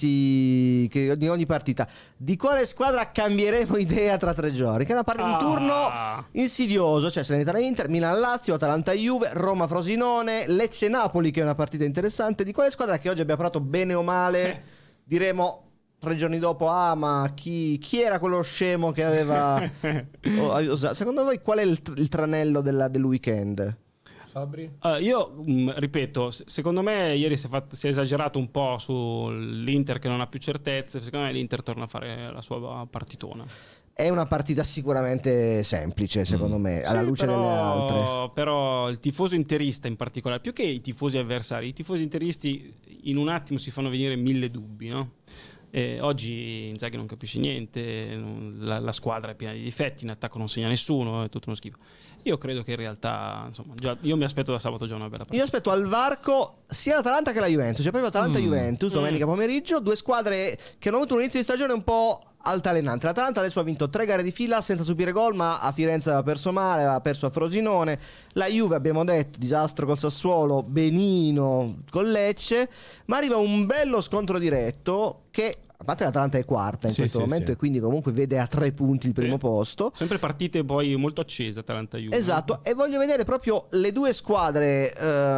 di ogni partita. Di quale squadra cambieremo idea tra 3 giorni? Che è un turno insidioso, cioè Salernitana-Inter, Milan-Lazio, Atalanta-Juve, Roma-Frosinone, Lecce-Napoli, che è una partita interessante. Di quale squadra che oggi abbiamo parlato bene o male diremo 3 giorni dopo, ma chi era quello scemo che aveva secondo voi qual è il tranello del weekend? Fabri? Io ripeto, secondo me ieri si è esagerato un po' sull'Inter che non ha più certezze. Secondo me l'Inter torna a fare la sua partitona. È una partita sicuramente semplice, secondo me, alla Sì, luce delle altre. Però il tifoso interista in particolare, più che i tifosi avversari, i tifosi interisti in un attimo si fanno venire 1000 dubbi, no? Oggi Inzaghi non capisce niente, la squadra è piena di difetti, in attacco non segna nessuno, è tutto uno schifo. Io credo che in realtà, insomma, io mi aspetto da sabato già una bella partita. Io aspetto al varco sia l'Atalanta che la Juventus, cioè proprio Atalanta-Juventus domenica pomeriggio, 2 squadre che hanno avuto un inizio di stagione un po' altalenante. L'Atalanta adesso ha vinto 3 gare di fila senza subire gol, ma a Firenze aveva perso male, aveva perso a Frosinone. La Juve, abbiamo detto, disastro col Sassuolo, benino con Lecce, ma arriva un bello scontro diretto che, a parte l'Atalanta è quarta in Sì, questo sì, momento sì. e quindi comunque vede a 3 punti il primo posto. Sempre partite poi molto accese, Atalanta-Juve. Esatto, e voglio vedere proprio le 2 squadre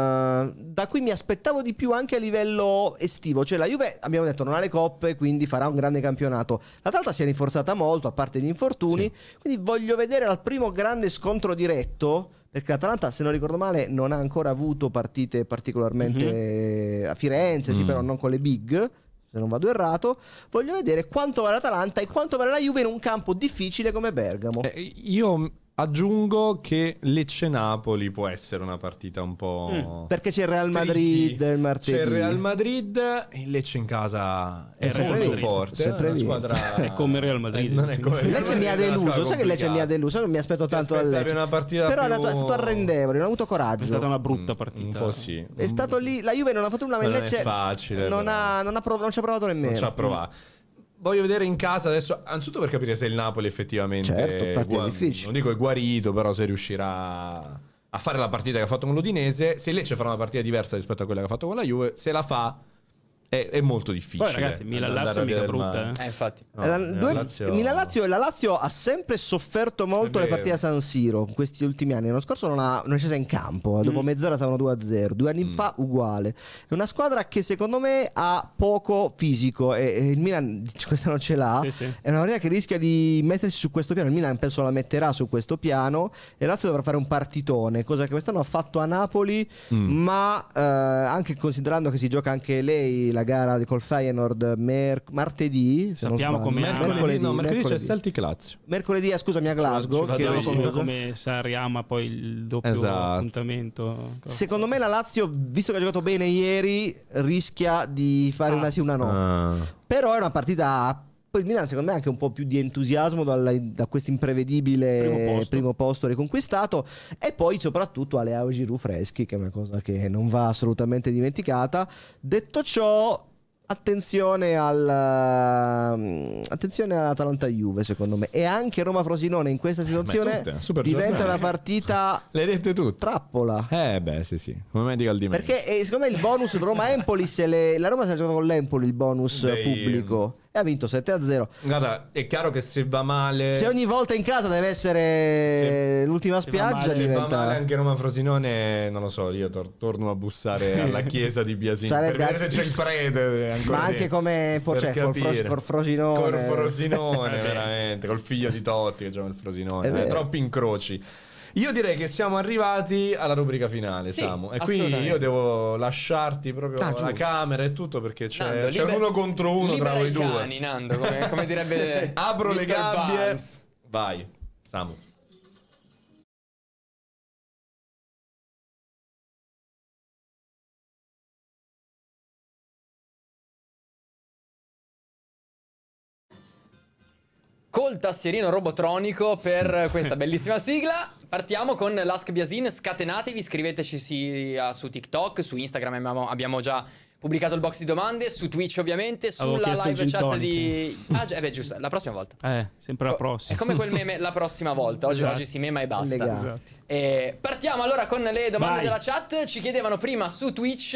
da cui mi aspettavo di più anche a livello estivo. Cioè la Juve, abbiamo detto, non ha le coppe, quindi farà un grande campionato. L'Atalanta si è rinforzata molto, a parte gli infortuni, quindi voglio vedere al primo grande scontro diretto, perché l'Atalanta, se non ricordo male, non ha ancora avuto partite particolarmente a Firenze, sì, però non con le big, se non vado errato. Voglio vedere quanto vale l'Atalanta e quanto vale la Juve in un campo difficile come Bergamo. Io aggiungo che Lecce-Napoli può essere una partita un po'... Perché c'è il Real Madrid tricky. il martedì. C'è il Real Madrid e il Lecce in casa è sempre molto vinto, forte. sempre è una vinto. squadra... È come Real Madrid. Non è come Il Lecce mi ha Real Madrid, è una deluso, squadra sai che il Lecce mi ha complicata. deluso, non mi aspetto Ti tanto dal aspettavi Lecce. una partita Però più... è stato arrendevole, non ha avuto coraggio. È stata una brutta partita. Un po' sì. È stato lì, la Juve non ha fatto una, ma il Non è Lecce facile, non però. ci ha provato nemmeno. Non ci ha provato. Voglio vedere in casa adesso, anzitutto per capire se il Napoli effettivamente Certo, partita difficile. non dico è guarito, però se riuscirà a fare la partita che ha fatto con l'Udinese. Se il Lecce farà una partita diversa rispetto a quella che ha fatto con la Juve, se la fa è molto difficile. Poi ragazzi, Milan-Lazio andare è a via mica del brutta, mare. Infatti. No, Milan-Lazio e la Lazio ha sempre sofferto molto È le vero. partite a San Siro in questi ultimi anni. L'anno scorso non è scesa in campo, dopo mezz'ora stavano 2-0. 2 anni fa uguale. È una squadra che secondo me ha poco fisico e il Milan questa non ce l'ha. Sì, sì. È una partita che rischia di mettersi su questo piano. Il Milan penso la metterà su questo piano e la Lazio dovrà fare un partitone, cosa che quest'anno ha fatto a Napoli, ma anche considerando che si gioca anche lei la la gara col Feyenoord martedì. Se non Sappiamo sbaglio. come mercoledì c'è Celtic Lazio. Mercoledì, scusami, a Glasgow. Sappiamo come Sarriama poi il doppio appuntamento. Secondo me la Lazio, visto che ha giocato bene ieri, rischia di fare una sì una no. Però è una partita. Poi il Milan secondo me ha anche un po' più di entusiasmo da questo imprevedibile primo posto riconquistato, e poi soprattutto ha Leao e Giroud freschi, che è una cosa che non va assolutamente dimenticata. Detto ciò, attenzione all'Atalanta-Juve secondo me, e anche Roma-Frosinone in questa situazione diventa una partita, le hai dette tutte, trappola. Sì, come medical di perché secondo me il bonus Roma-Empoli, la Roma si è giocata con l'Empoli il bonus pubblico e ha vinto 7-0. Guarda, è chiaro che se va male, se ogni volta in casa deve essere l'ultima spiaggia, se diventa... va male anche Roma-Frosinone, non lo so, io torno a bussare alla chiesa di Biasini per vedere se c'è il prete ancora, ma anche come col Frosinone veramente, col figlio di Totti che gioca il Frosinone, troppi incroci. Io direi che siamo arrivati alla rubrica finale, Samu, e quindi io devo lasciarti proprio la camera e tutto, perché c'è un uno contro uno tra voi due. Cani, Nando, come direbbe apro le gabbie. Barnes. Vai, Samu. Col tastierino robotronico per questa bellissima sigla. Partiamo con l'Ask Biasin. Scatenatevi, scriveteci sia su TikTok, su Instagram abbiamo già pubblicato il box di domande, su Twitch ovviamente, sulla live chat di... giusto, la prossima volta. Sempre la prossima. È come quel meme, la prossima volta. Oggi si mema e basta. Esatto. Partiamo allora con le domande della chat. Ci chiedevano prima su Twitch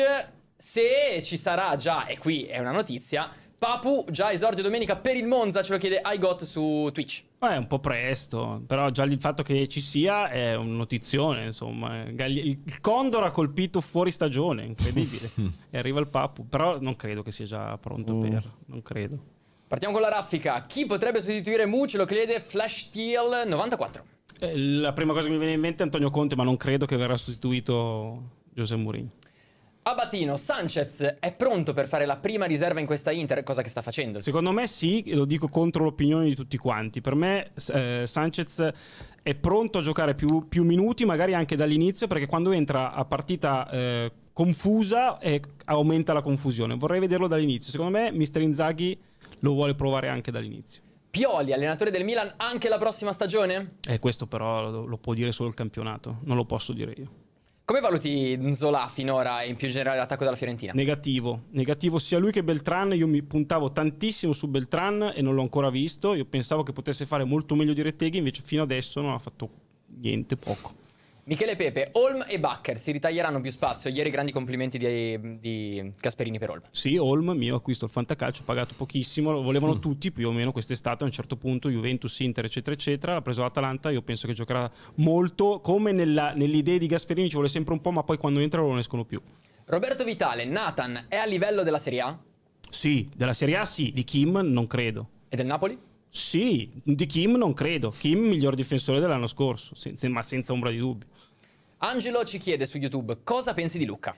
se ci sarà già, e qui è una notizia, Papu già esordio domenica per il Monza, ce lo chiede iGot su Twitch. È un po' presto, però già il fatto che ci sia è un notizione, insomma. Il Condor ha colpito fuori stagione, incredibile. E arriva il Papu, però non credo che sia già pronto non credo. Partiamo con la raffica. Chi potrebbe sostituire Mu? Ce lo chiede Flash Teal 94. La prima cosa che mi viene in mente è Antonio Conte, ma non credo che verrà sostituito José Mourinho. Sabatino, Sanchez è pronto per fare la prima riserva in questa Inter, cosa che sta facendo? Secondo me sì, e lo dico contro l'opinione di tutti quanti. Per me Sanchez è pronto a giocare più minuti, magari anche dall'inizio, perché quando entra a partita confusa aumenta la confusione. Vorrei vederlo dall'inizio. Secondo me mister Inzaghi lo vuole provare anche dall'inizio. Pioli, allenatore del Milan anche la prossima stagione? Questo però lo può dire solo il campionato, non lo posso dire io. Come valuti Nzola finora e in più generale l'attacco della Fiorentina? Negativo sia lui che Beltran. Io mi puntavo tantissimo su Beltran e non l'ho ancora visto. Io pensavo che potesse fare molto meglio di Retteghi, invece fino adesso non ha fatto niente, poco. Michele Pepe, Holm e Bakker si ritaglieranno più spazio. Ieri grandi complimenti di Gasperini per Holm. Sì, Holm, mio acquisto al Fantacalcio, pagato pochissimo, lo volevano tutti più o meno quest'estate. A un certo punto Juventus, Inter eccetera eccetera, l'ha preso l'Atalanta. Io penso che giocherà molto, come nell'idea di Gasperini ci vuole sempre un po', ma poi quando entrano non escono più. Roberto Vitale, Nathan è a livello della Serie A? Sì, della Serie A sì, di Kim non credo. E del Napoli? Sì, di Kim non credo. Kim miglior difensore dell'anno scorso, ma senza ombra di dubbio. Angelo ci chiede su YouTube cosa pensi di Lucca.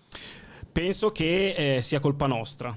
Penso che sia colpa nostra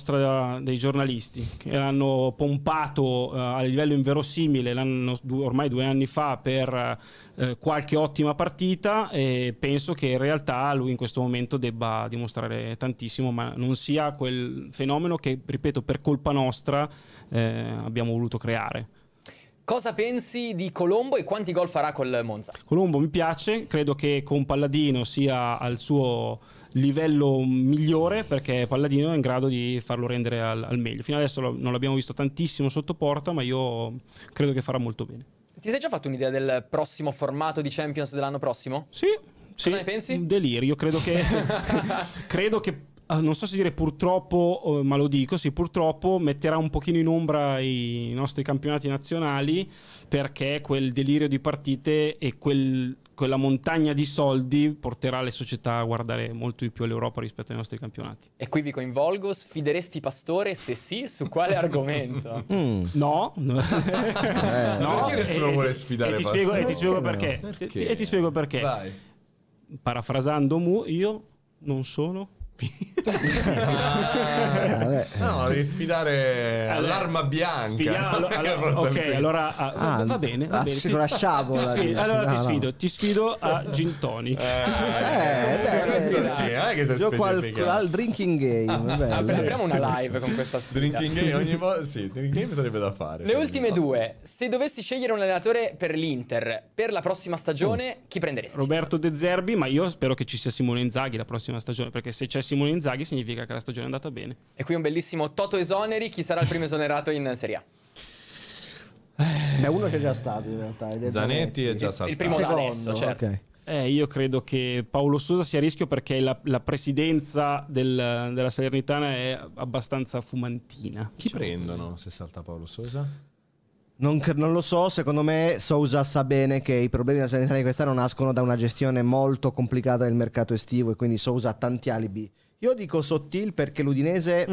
dei giornalisti, che l'hanno pompato a livello inverosimile ormai 2 anni fa per qualche ottima partita, e penso che in realtà lui in questo momento debba dimostrare tantissimo, ma non sia quel fenomeno che, ripeto, per colpa nostra abbiamo voluto creare. Cosa pensi di Colombo e quanti gol farà col Monza? Colombo mi piace, credo che con Palladino sia al suo livello migliore, perché Palladino è in grado di farlo rendere al meglio. Fino adesso non l'abbiamo visto tantissimo sotto porta, ma io credo che farà molto bene. Ti sei già fatto un'idea del prossimo formato di Champions dell'anno prossimo? Sì. Cosa ne pensi? Un delirio, credo che non so se dire purtroppo, ma lo dico, sì, purtroppo metterà un pochino in ombra i nostri campionati nazionali, perché quel delirio di partite e quella montagna di soldi porterà le società a guardare molto di più all'Europa rispetto ai nostri campionati. E qui vi coinvolgo, sfideresti Pastore? Se sì, su quale argomento? No. Perché nessuno vuole sfidare Pastore? E ti spiego perché. E ti spiego perché. Vai. Parafrasando Mu, io non sono Vabbè. No, devi sfidare all'arma bianca. Ok, allora va bene. Con la sciabola. Ti sfido a gin tonic. Questo sì, che sei Gioco specificato. al drinking game. Bello. Apriamo una live con questa sfida. Drinking game ogni volta. Sì, drinking game sarebbe da fare. Le ultime due. Se dovessi scegliere un allenatore per l'Inter per la prossima stagione, chi prenderesti? Roberto De Zerbi, ma io spero che ci sia Simone Inzaghi la prossima stagione, perché se c'è Simone Inzaghi significa che la stagione è andata bene. E qui un bellissimo Toto esoneri. Chi sarà il primo esonerato in Serie A? Beh, uno c'è già stato in realtà. ed è Zanetti è già saltato. Il primo da adesso, certo. ok. Io credo che Paolo Sousa sia a rischio perché la presidenza della Salernitana è abbastanza fumantina. Chi prendono se salta Paolo Sousa? Non lo so, secondo me Sousa sa bene che i problemi della sanità di quest'anno nascono da una gestione molto complicata del mercato estivo e quindi Sousa ha tanti alibi. Io dico Sottil perché l'Udinese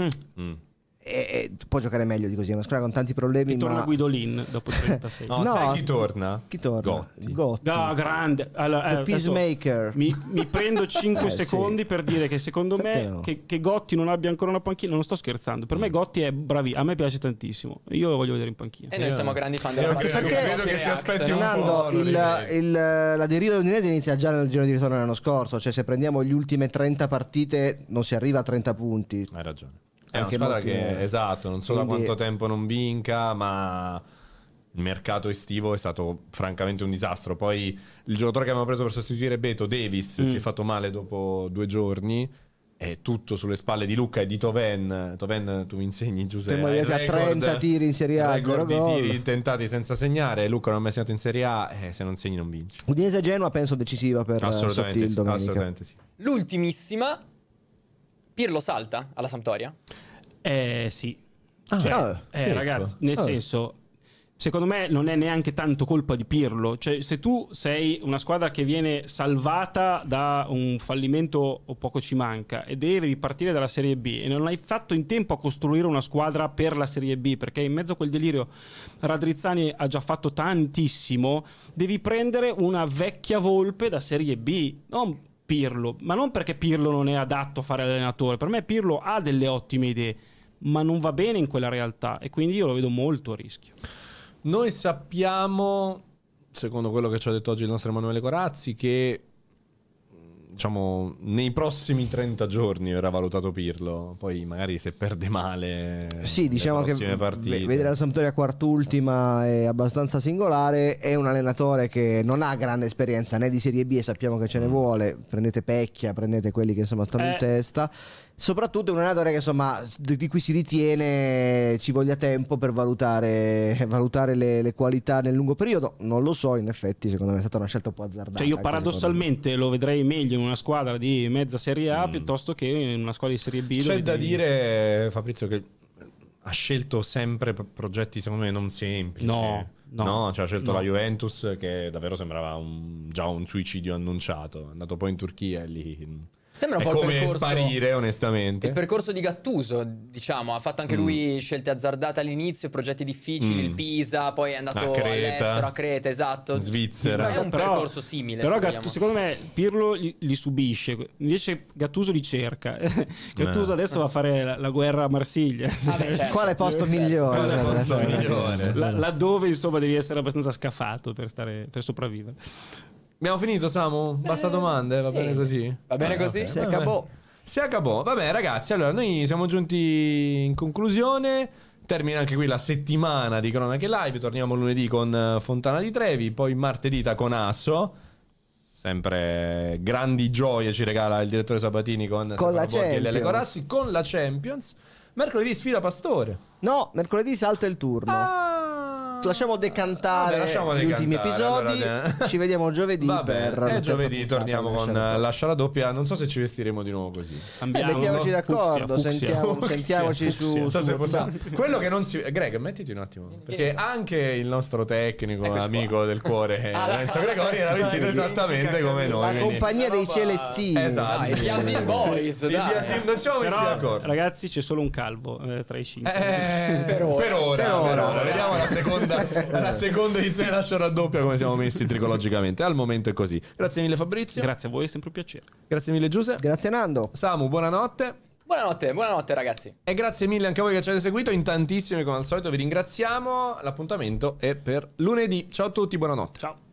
può giocare meglio di così, è una squadra con tanti problemi. E torna Guidolin dopo 36. No, No. sai chi torna? Chi torna? Gotti. Grande. Allora, The Peacemaker. Mi prendo 5 sì. secondi per dire che secondo Perché me no? che Gotti non abbia ancora una panchina, non sto scherzando. Per me Gotti è bravissimo, a me piace tantissimo. Io lo voglio vedere in panchina. E noi siamo grandi fan della Io partita. credo che si aspetti un Nando, po'. la deriva dell'Udinese inizia già nel giro di ritorno l'anno scorso, cioè se prendiamo le ultime 30 partite non si arriva a 30 punti. Hai ragione. È Anche una squadra molti, che, esatto, non so da quindi- quanto tempo non vinca, ma il mercato estivo è stato francamente un disastro. Poi il giocatore che avevamo preso per sostituire Beto, Davis, si è fatto male dopo 2 giorni. È tutto sulle spalle di Lucca e di Toven. Toven, tu mi insegni, Giuseppe. Siamo arrivati a 30 tiri in Serie A, record 0 di gol. tiri tentati senza segnare. Lucca non ha mai segnato in Serie A. Se non segni non vinci. Udinese Genoa penso decisiva per Assolutamente Sottil sì, domenica. assolutamente sì. L'ultimissima. Pirlo salta alla Sampdoria? Sì. sì, Ragazzi, nel senso, secondo me non è neanche tanto colpa di Pirlo. Cioè, se tu sei una squadra che viene salvata da un fallimento o poco ci manca e devi ripartire dalla Serie B e non hai fatto in tempo a costruire una squadra per la Serie B, perché in mezzo a quel delirio Radrizzani ha già fatto tantissimo, devi prendere una vecchia volpe da Serie B, non Pirlo, ma non perché Pirlo non è adatto a fare allenatore. Per me Pirlo ha delle ottime idee, ma non va bene in quella realtà e quindi io lo vedo molto a rischio. Noi sappiamo, secondo quello che ci ha detto oggi il nostro Emanuele Corazzi, che diciamo nei prossimi 30 giorni verrà valutato Pirlo. Poi magari se perde male Sì, diciamo che vedere la Sampdoria quart'ultima è abbastanza singolare. È un allenatore che non ha grande esperienza né di Serie B e sappiamo che ce ne vuole. Prendete Pecchia, prendete quelli che insomma stanno in testa. Soprattutto è un allenatore che insomma di cui si ritiene ci voglia tempo per valutare le qualità nel lungo periodo. Non lo so, in effetti secondo me è stata una scelta un po' azzardata. Cioè io paradossalmente lo vedrei meglio in una squadra di mezza Serie A piuttosto che in una squadra di Serie B. C'è da dire, Fabrizio, che ha scelto sempre progetti secondo me non semplici. No. Cioè ha scelto la Juventus, che davvero sembrava già un suicidio annunciato. È andato poi in Turchia e lì Sembra un è po' il come percorso, sparire, onestamente. il percorso di Gattuso, diciamo. Ha fatto anche lui scelte azzardate all'inizio, progetti difficili, il Pisa, poi è andato all'estero, a Creta, esatto. In Svizzera. È un percorso simile. Però se vogliamo. secondo me Pirlo li subisce, invece Gattuso li cerca. Gattuso adesso va a fare la guerra a Marsiglia. Certo. Quale posto migliore? Laddove insomma devi essere abbastanza scafato per sopravvivere. Abbiamo finito, Samu? Basta domande? Va bene così? Va bene così? Ok. Si acabò. Si acabò. Vabbè, ragazzi, allora noi siamo giunti in conclusione. Termina anche qui la settimana di Cronache Live. Torniamo lunedì con Fontana di Trevi, poi martedì con Asso. Sempre grandi gioie ci regala il direttore Sabatini con la Stefano Borghi e Lele Champions. Corazzi con la Champions. Mercoledì sfida Pastore. No, mercoledì salta il turno. Lasciamo decantare gli ultimi episodi. Allora, ci vediamo giovedì. Va per bene. la E terza giovedì puntata torniamo di con Lasciare Lascia la doppia. Non so se ci vestiremo di nuovo così. mettiamoci d'accordo. Sentiamoci su. So se possiamo. Quello che non si. Greg, mettiti un attimo. Perché anche il nostro tecnico, amico del cuore, Lorenzo Gregori, era vestito esattamente come noi. La quindi- compagnia dei Celestini. Esatto. Dai, i Biasin Boys, I dai. Biasin, non ci siamo messi Però d'accordo. ragazzi c'è solo un calvo tra i 5. Per ora. Vediamo la seconda alla seconda edizione della show raddoppia come siamo messi tricologicamente. Al momento è così. Grazie mille Fabrizio. Grazie a voi, è sempre un piacere. Grazie mille Giuseppe. Grazie Nando. Samu, buonanotte. Buonanotte ragazzi. E grazie mille anche a voi che ci avete seguito. In tantissimi come al solito vi ringraziamo. L'appuntamento è per lunedì. Ciao a tutti, buonanotte. Ciao.